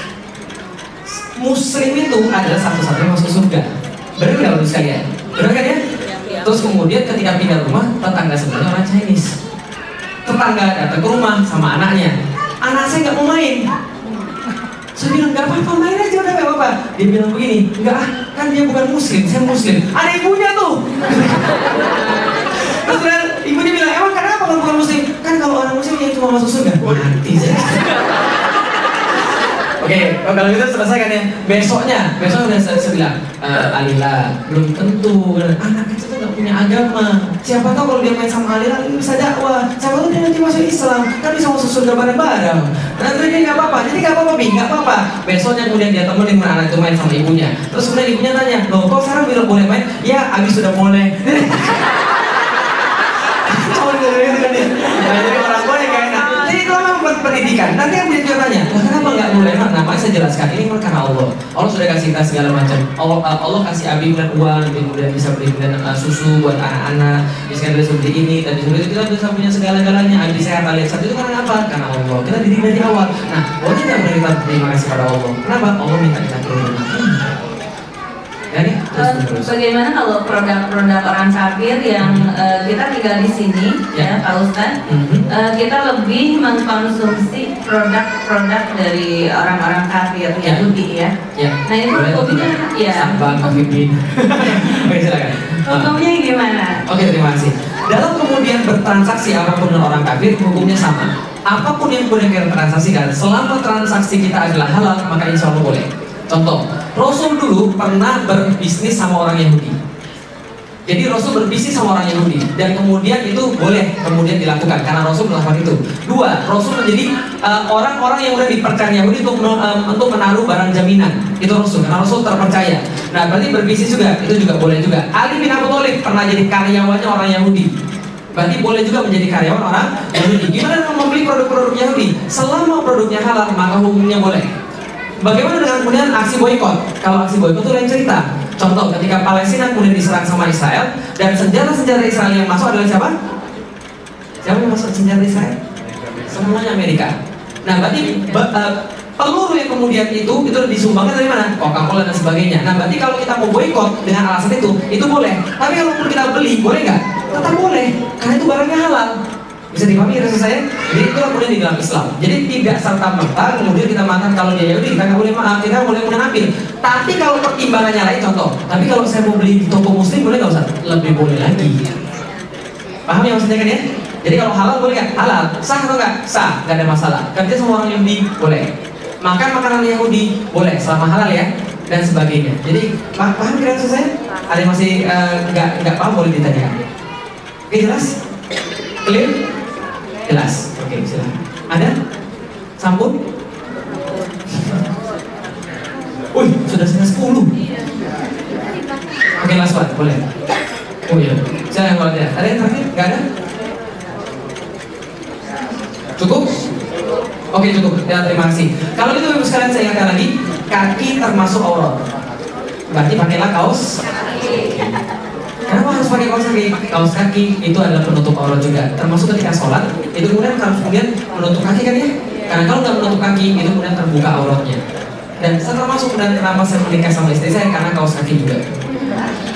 Muslim itu adalah satu-satunya masuk surga. Benar nggak Bapak sekalian? Benar kan ya? Terus kemudian ketika pindah rumah, tetangga sebelahnya orang Chinese. Tetangga datang ke rumah sama anaknya. Anak saya nggak mau main. Saya bilang, gak apa-apa, main aja udah gak apa-apa. Dia bilang begini, enggak ah, kan dia bukan muslim, saya muslim. Ada ibunya tuh. Terus kemudian ibunya bilang, emang kenapa kalau bukan muslim? Kan kalau orang muslim yang cuma masuk surga. Mati saya. Oke, kalau gitu selesai kan ya. Besoknya udah saya bilang, Alila, belum tentu. Anak kecil tuh gak punya agama. Siapa tahu kalau dia main sama Alila, dia bisa dakwah. Siapa tahu dia nanti masuk Islam, kan bisa masuk surga bareng-bareng. Nanti dia gak apa-apa, jadi gak apa-apa, gak apa-apa. Besoknya kemudian dia temenin anak itu main sama ibunya. Terus kemudian ibunya tanya, loh kok sekarang bilang boleh main? Ya, abis sudah boleh. Jadi orang tua yang gak enak. Jadi itu memang pendidikan. Nanti yang dia tanya, kenapa nggak boleh? Namanya saya jelaskan ini karena Allah. Allah sudah kasih kita segala macam. Allah kasih Abi dan uang, kemudian bisa beli susu buat anak-anak, bisa beli seperti ini, dan seperti itu kita bisa punya segala-galanya. Abi sehat alias satu itu karena apa? Karena Allah. Kita didik dari awal. Nah, boleh nggak kita terima kasih pada Allah? Kenapa? Allah minta kita terima. Bagaimana kalau produk-produk orang kafir yang kita tinggal di sini, ya Pak Ustadz, kita lebih mengkonsumsi produk-produk dari orang-orang kafir Yahudi ya. Nah itu hukumnya, ya. Sabar, Kafibin. Oke silakan. Hukumnya gimana? Oke terima kasih. Dalam kemudian bertransaksi apapun dengan orang kafir, hukumnya sama. Apapun yang boleh kita transaksikan, selama transaksi kita adalah halal, maka insya Allah boleh. Contoh, Rasul dulu pernah berbisnis sama orang Yahudi. Jadi Rasul berbisnis sama orang Yahudi dan kemudian itu boleh kemudian dilakukan karena Rasul melakukan itu. Dua, Rasul menjadi orang-orang yang udah dipercaya Yahudi untuk menaruh barang jaminan. Itu Rasul, karena Rasul terpercaya. Nah, berarti berbisnis juga, itu juga boleh juga. Ali bin Abi Thalib pernah jadi karyawannya orang Yahudi. Berarti boleh juga menjadi karyawan orang Yahudi. Gimana dengan membeli produk-produk Yahudi? Selama produknya halal, maka hukumnya boleh. Bagaimana dengan kemudian aksi boikot? Kalau aksi boikot itu lain cerita. Contoh, ketika Palestina kemudian diserang sama Israel dan senjata-senjata Israel yang masuk adalah siapa? Siapa yang masuk senjata Israel? Semuanya Amerika. Nah, berarti peluru yang kemudian itu disumbangkan dari mana? Coca-Cola dan sebagainya. Nah, berarti kalau kita mau boikot dengan alasan itu boleh. Tapi kalau kita beli, boleh nggak? Tetap boleh, karena itu barangnya halal. Bisa dipahami rasa saya? Jadi itulah kemudian di dalam Islam. Jadi tidak serta-merta kemudian kita makan kalau dia Yahudi kita nggak boleh maaf, kita boleh mengambil. Tapi kalau pertimbangannya lain, contoh. Tapi kalau saya mau beli di toko Muslim boleh nggak Ustaz? Lebih boleh lagi. Paham ya maksudnya kan ya? Jadi kalau halal boleh nggak? Halal. Sah atau nggak? Sah, nggak ada masalah. Kerja sama orang Yahudi boleh. Makan makanan Yahudi boleh selama halal ya dan sebagainya. Jadi paham kira maksud saya? Ada yang masih nggak paham boleh ditanyakan. Oke jelas? Clear? Jelas. Oke, silakan. Ada? Sampun? Wih, sudah setengah 10. Oke, last one, boleh. Oh iya, saya yang kalau ada. Ada yang terakhir? Gak ada? Cukup? Oke, cukup. Ya, terima kasih. Kalau itu Ibu sekalian saya ingatkan lagi, kaki termasuk aurat. Berarti pakailah kaos. Kenapa harus pakai kaos kaki? Kaos kaki itu adalah penutup aurat juga. Termasuk ketika sholat, itu kemudian harus menutup kaki kan ya? Karena kalau nggak menutup kaki, itu kemudian terbuka auratnya. Dan saya termasuk dan kenapa saya menikah sama istri saya karena kaos kaki juga.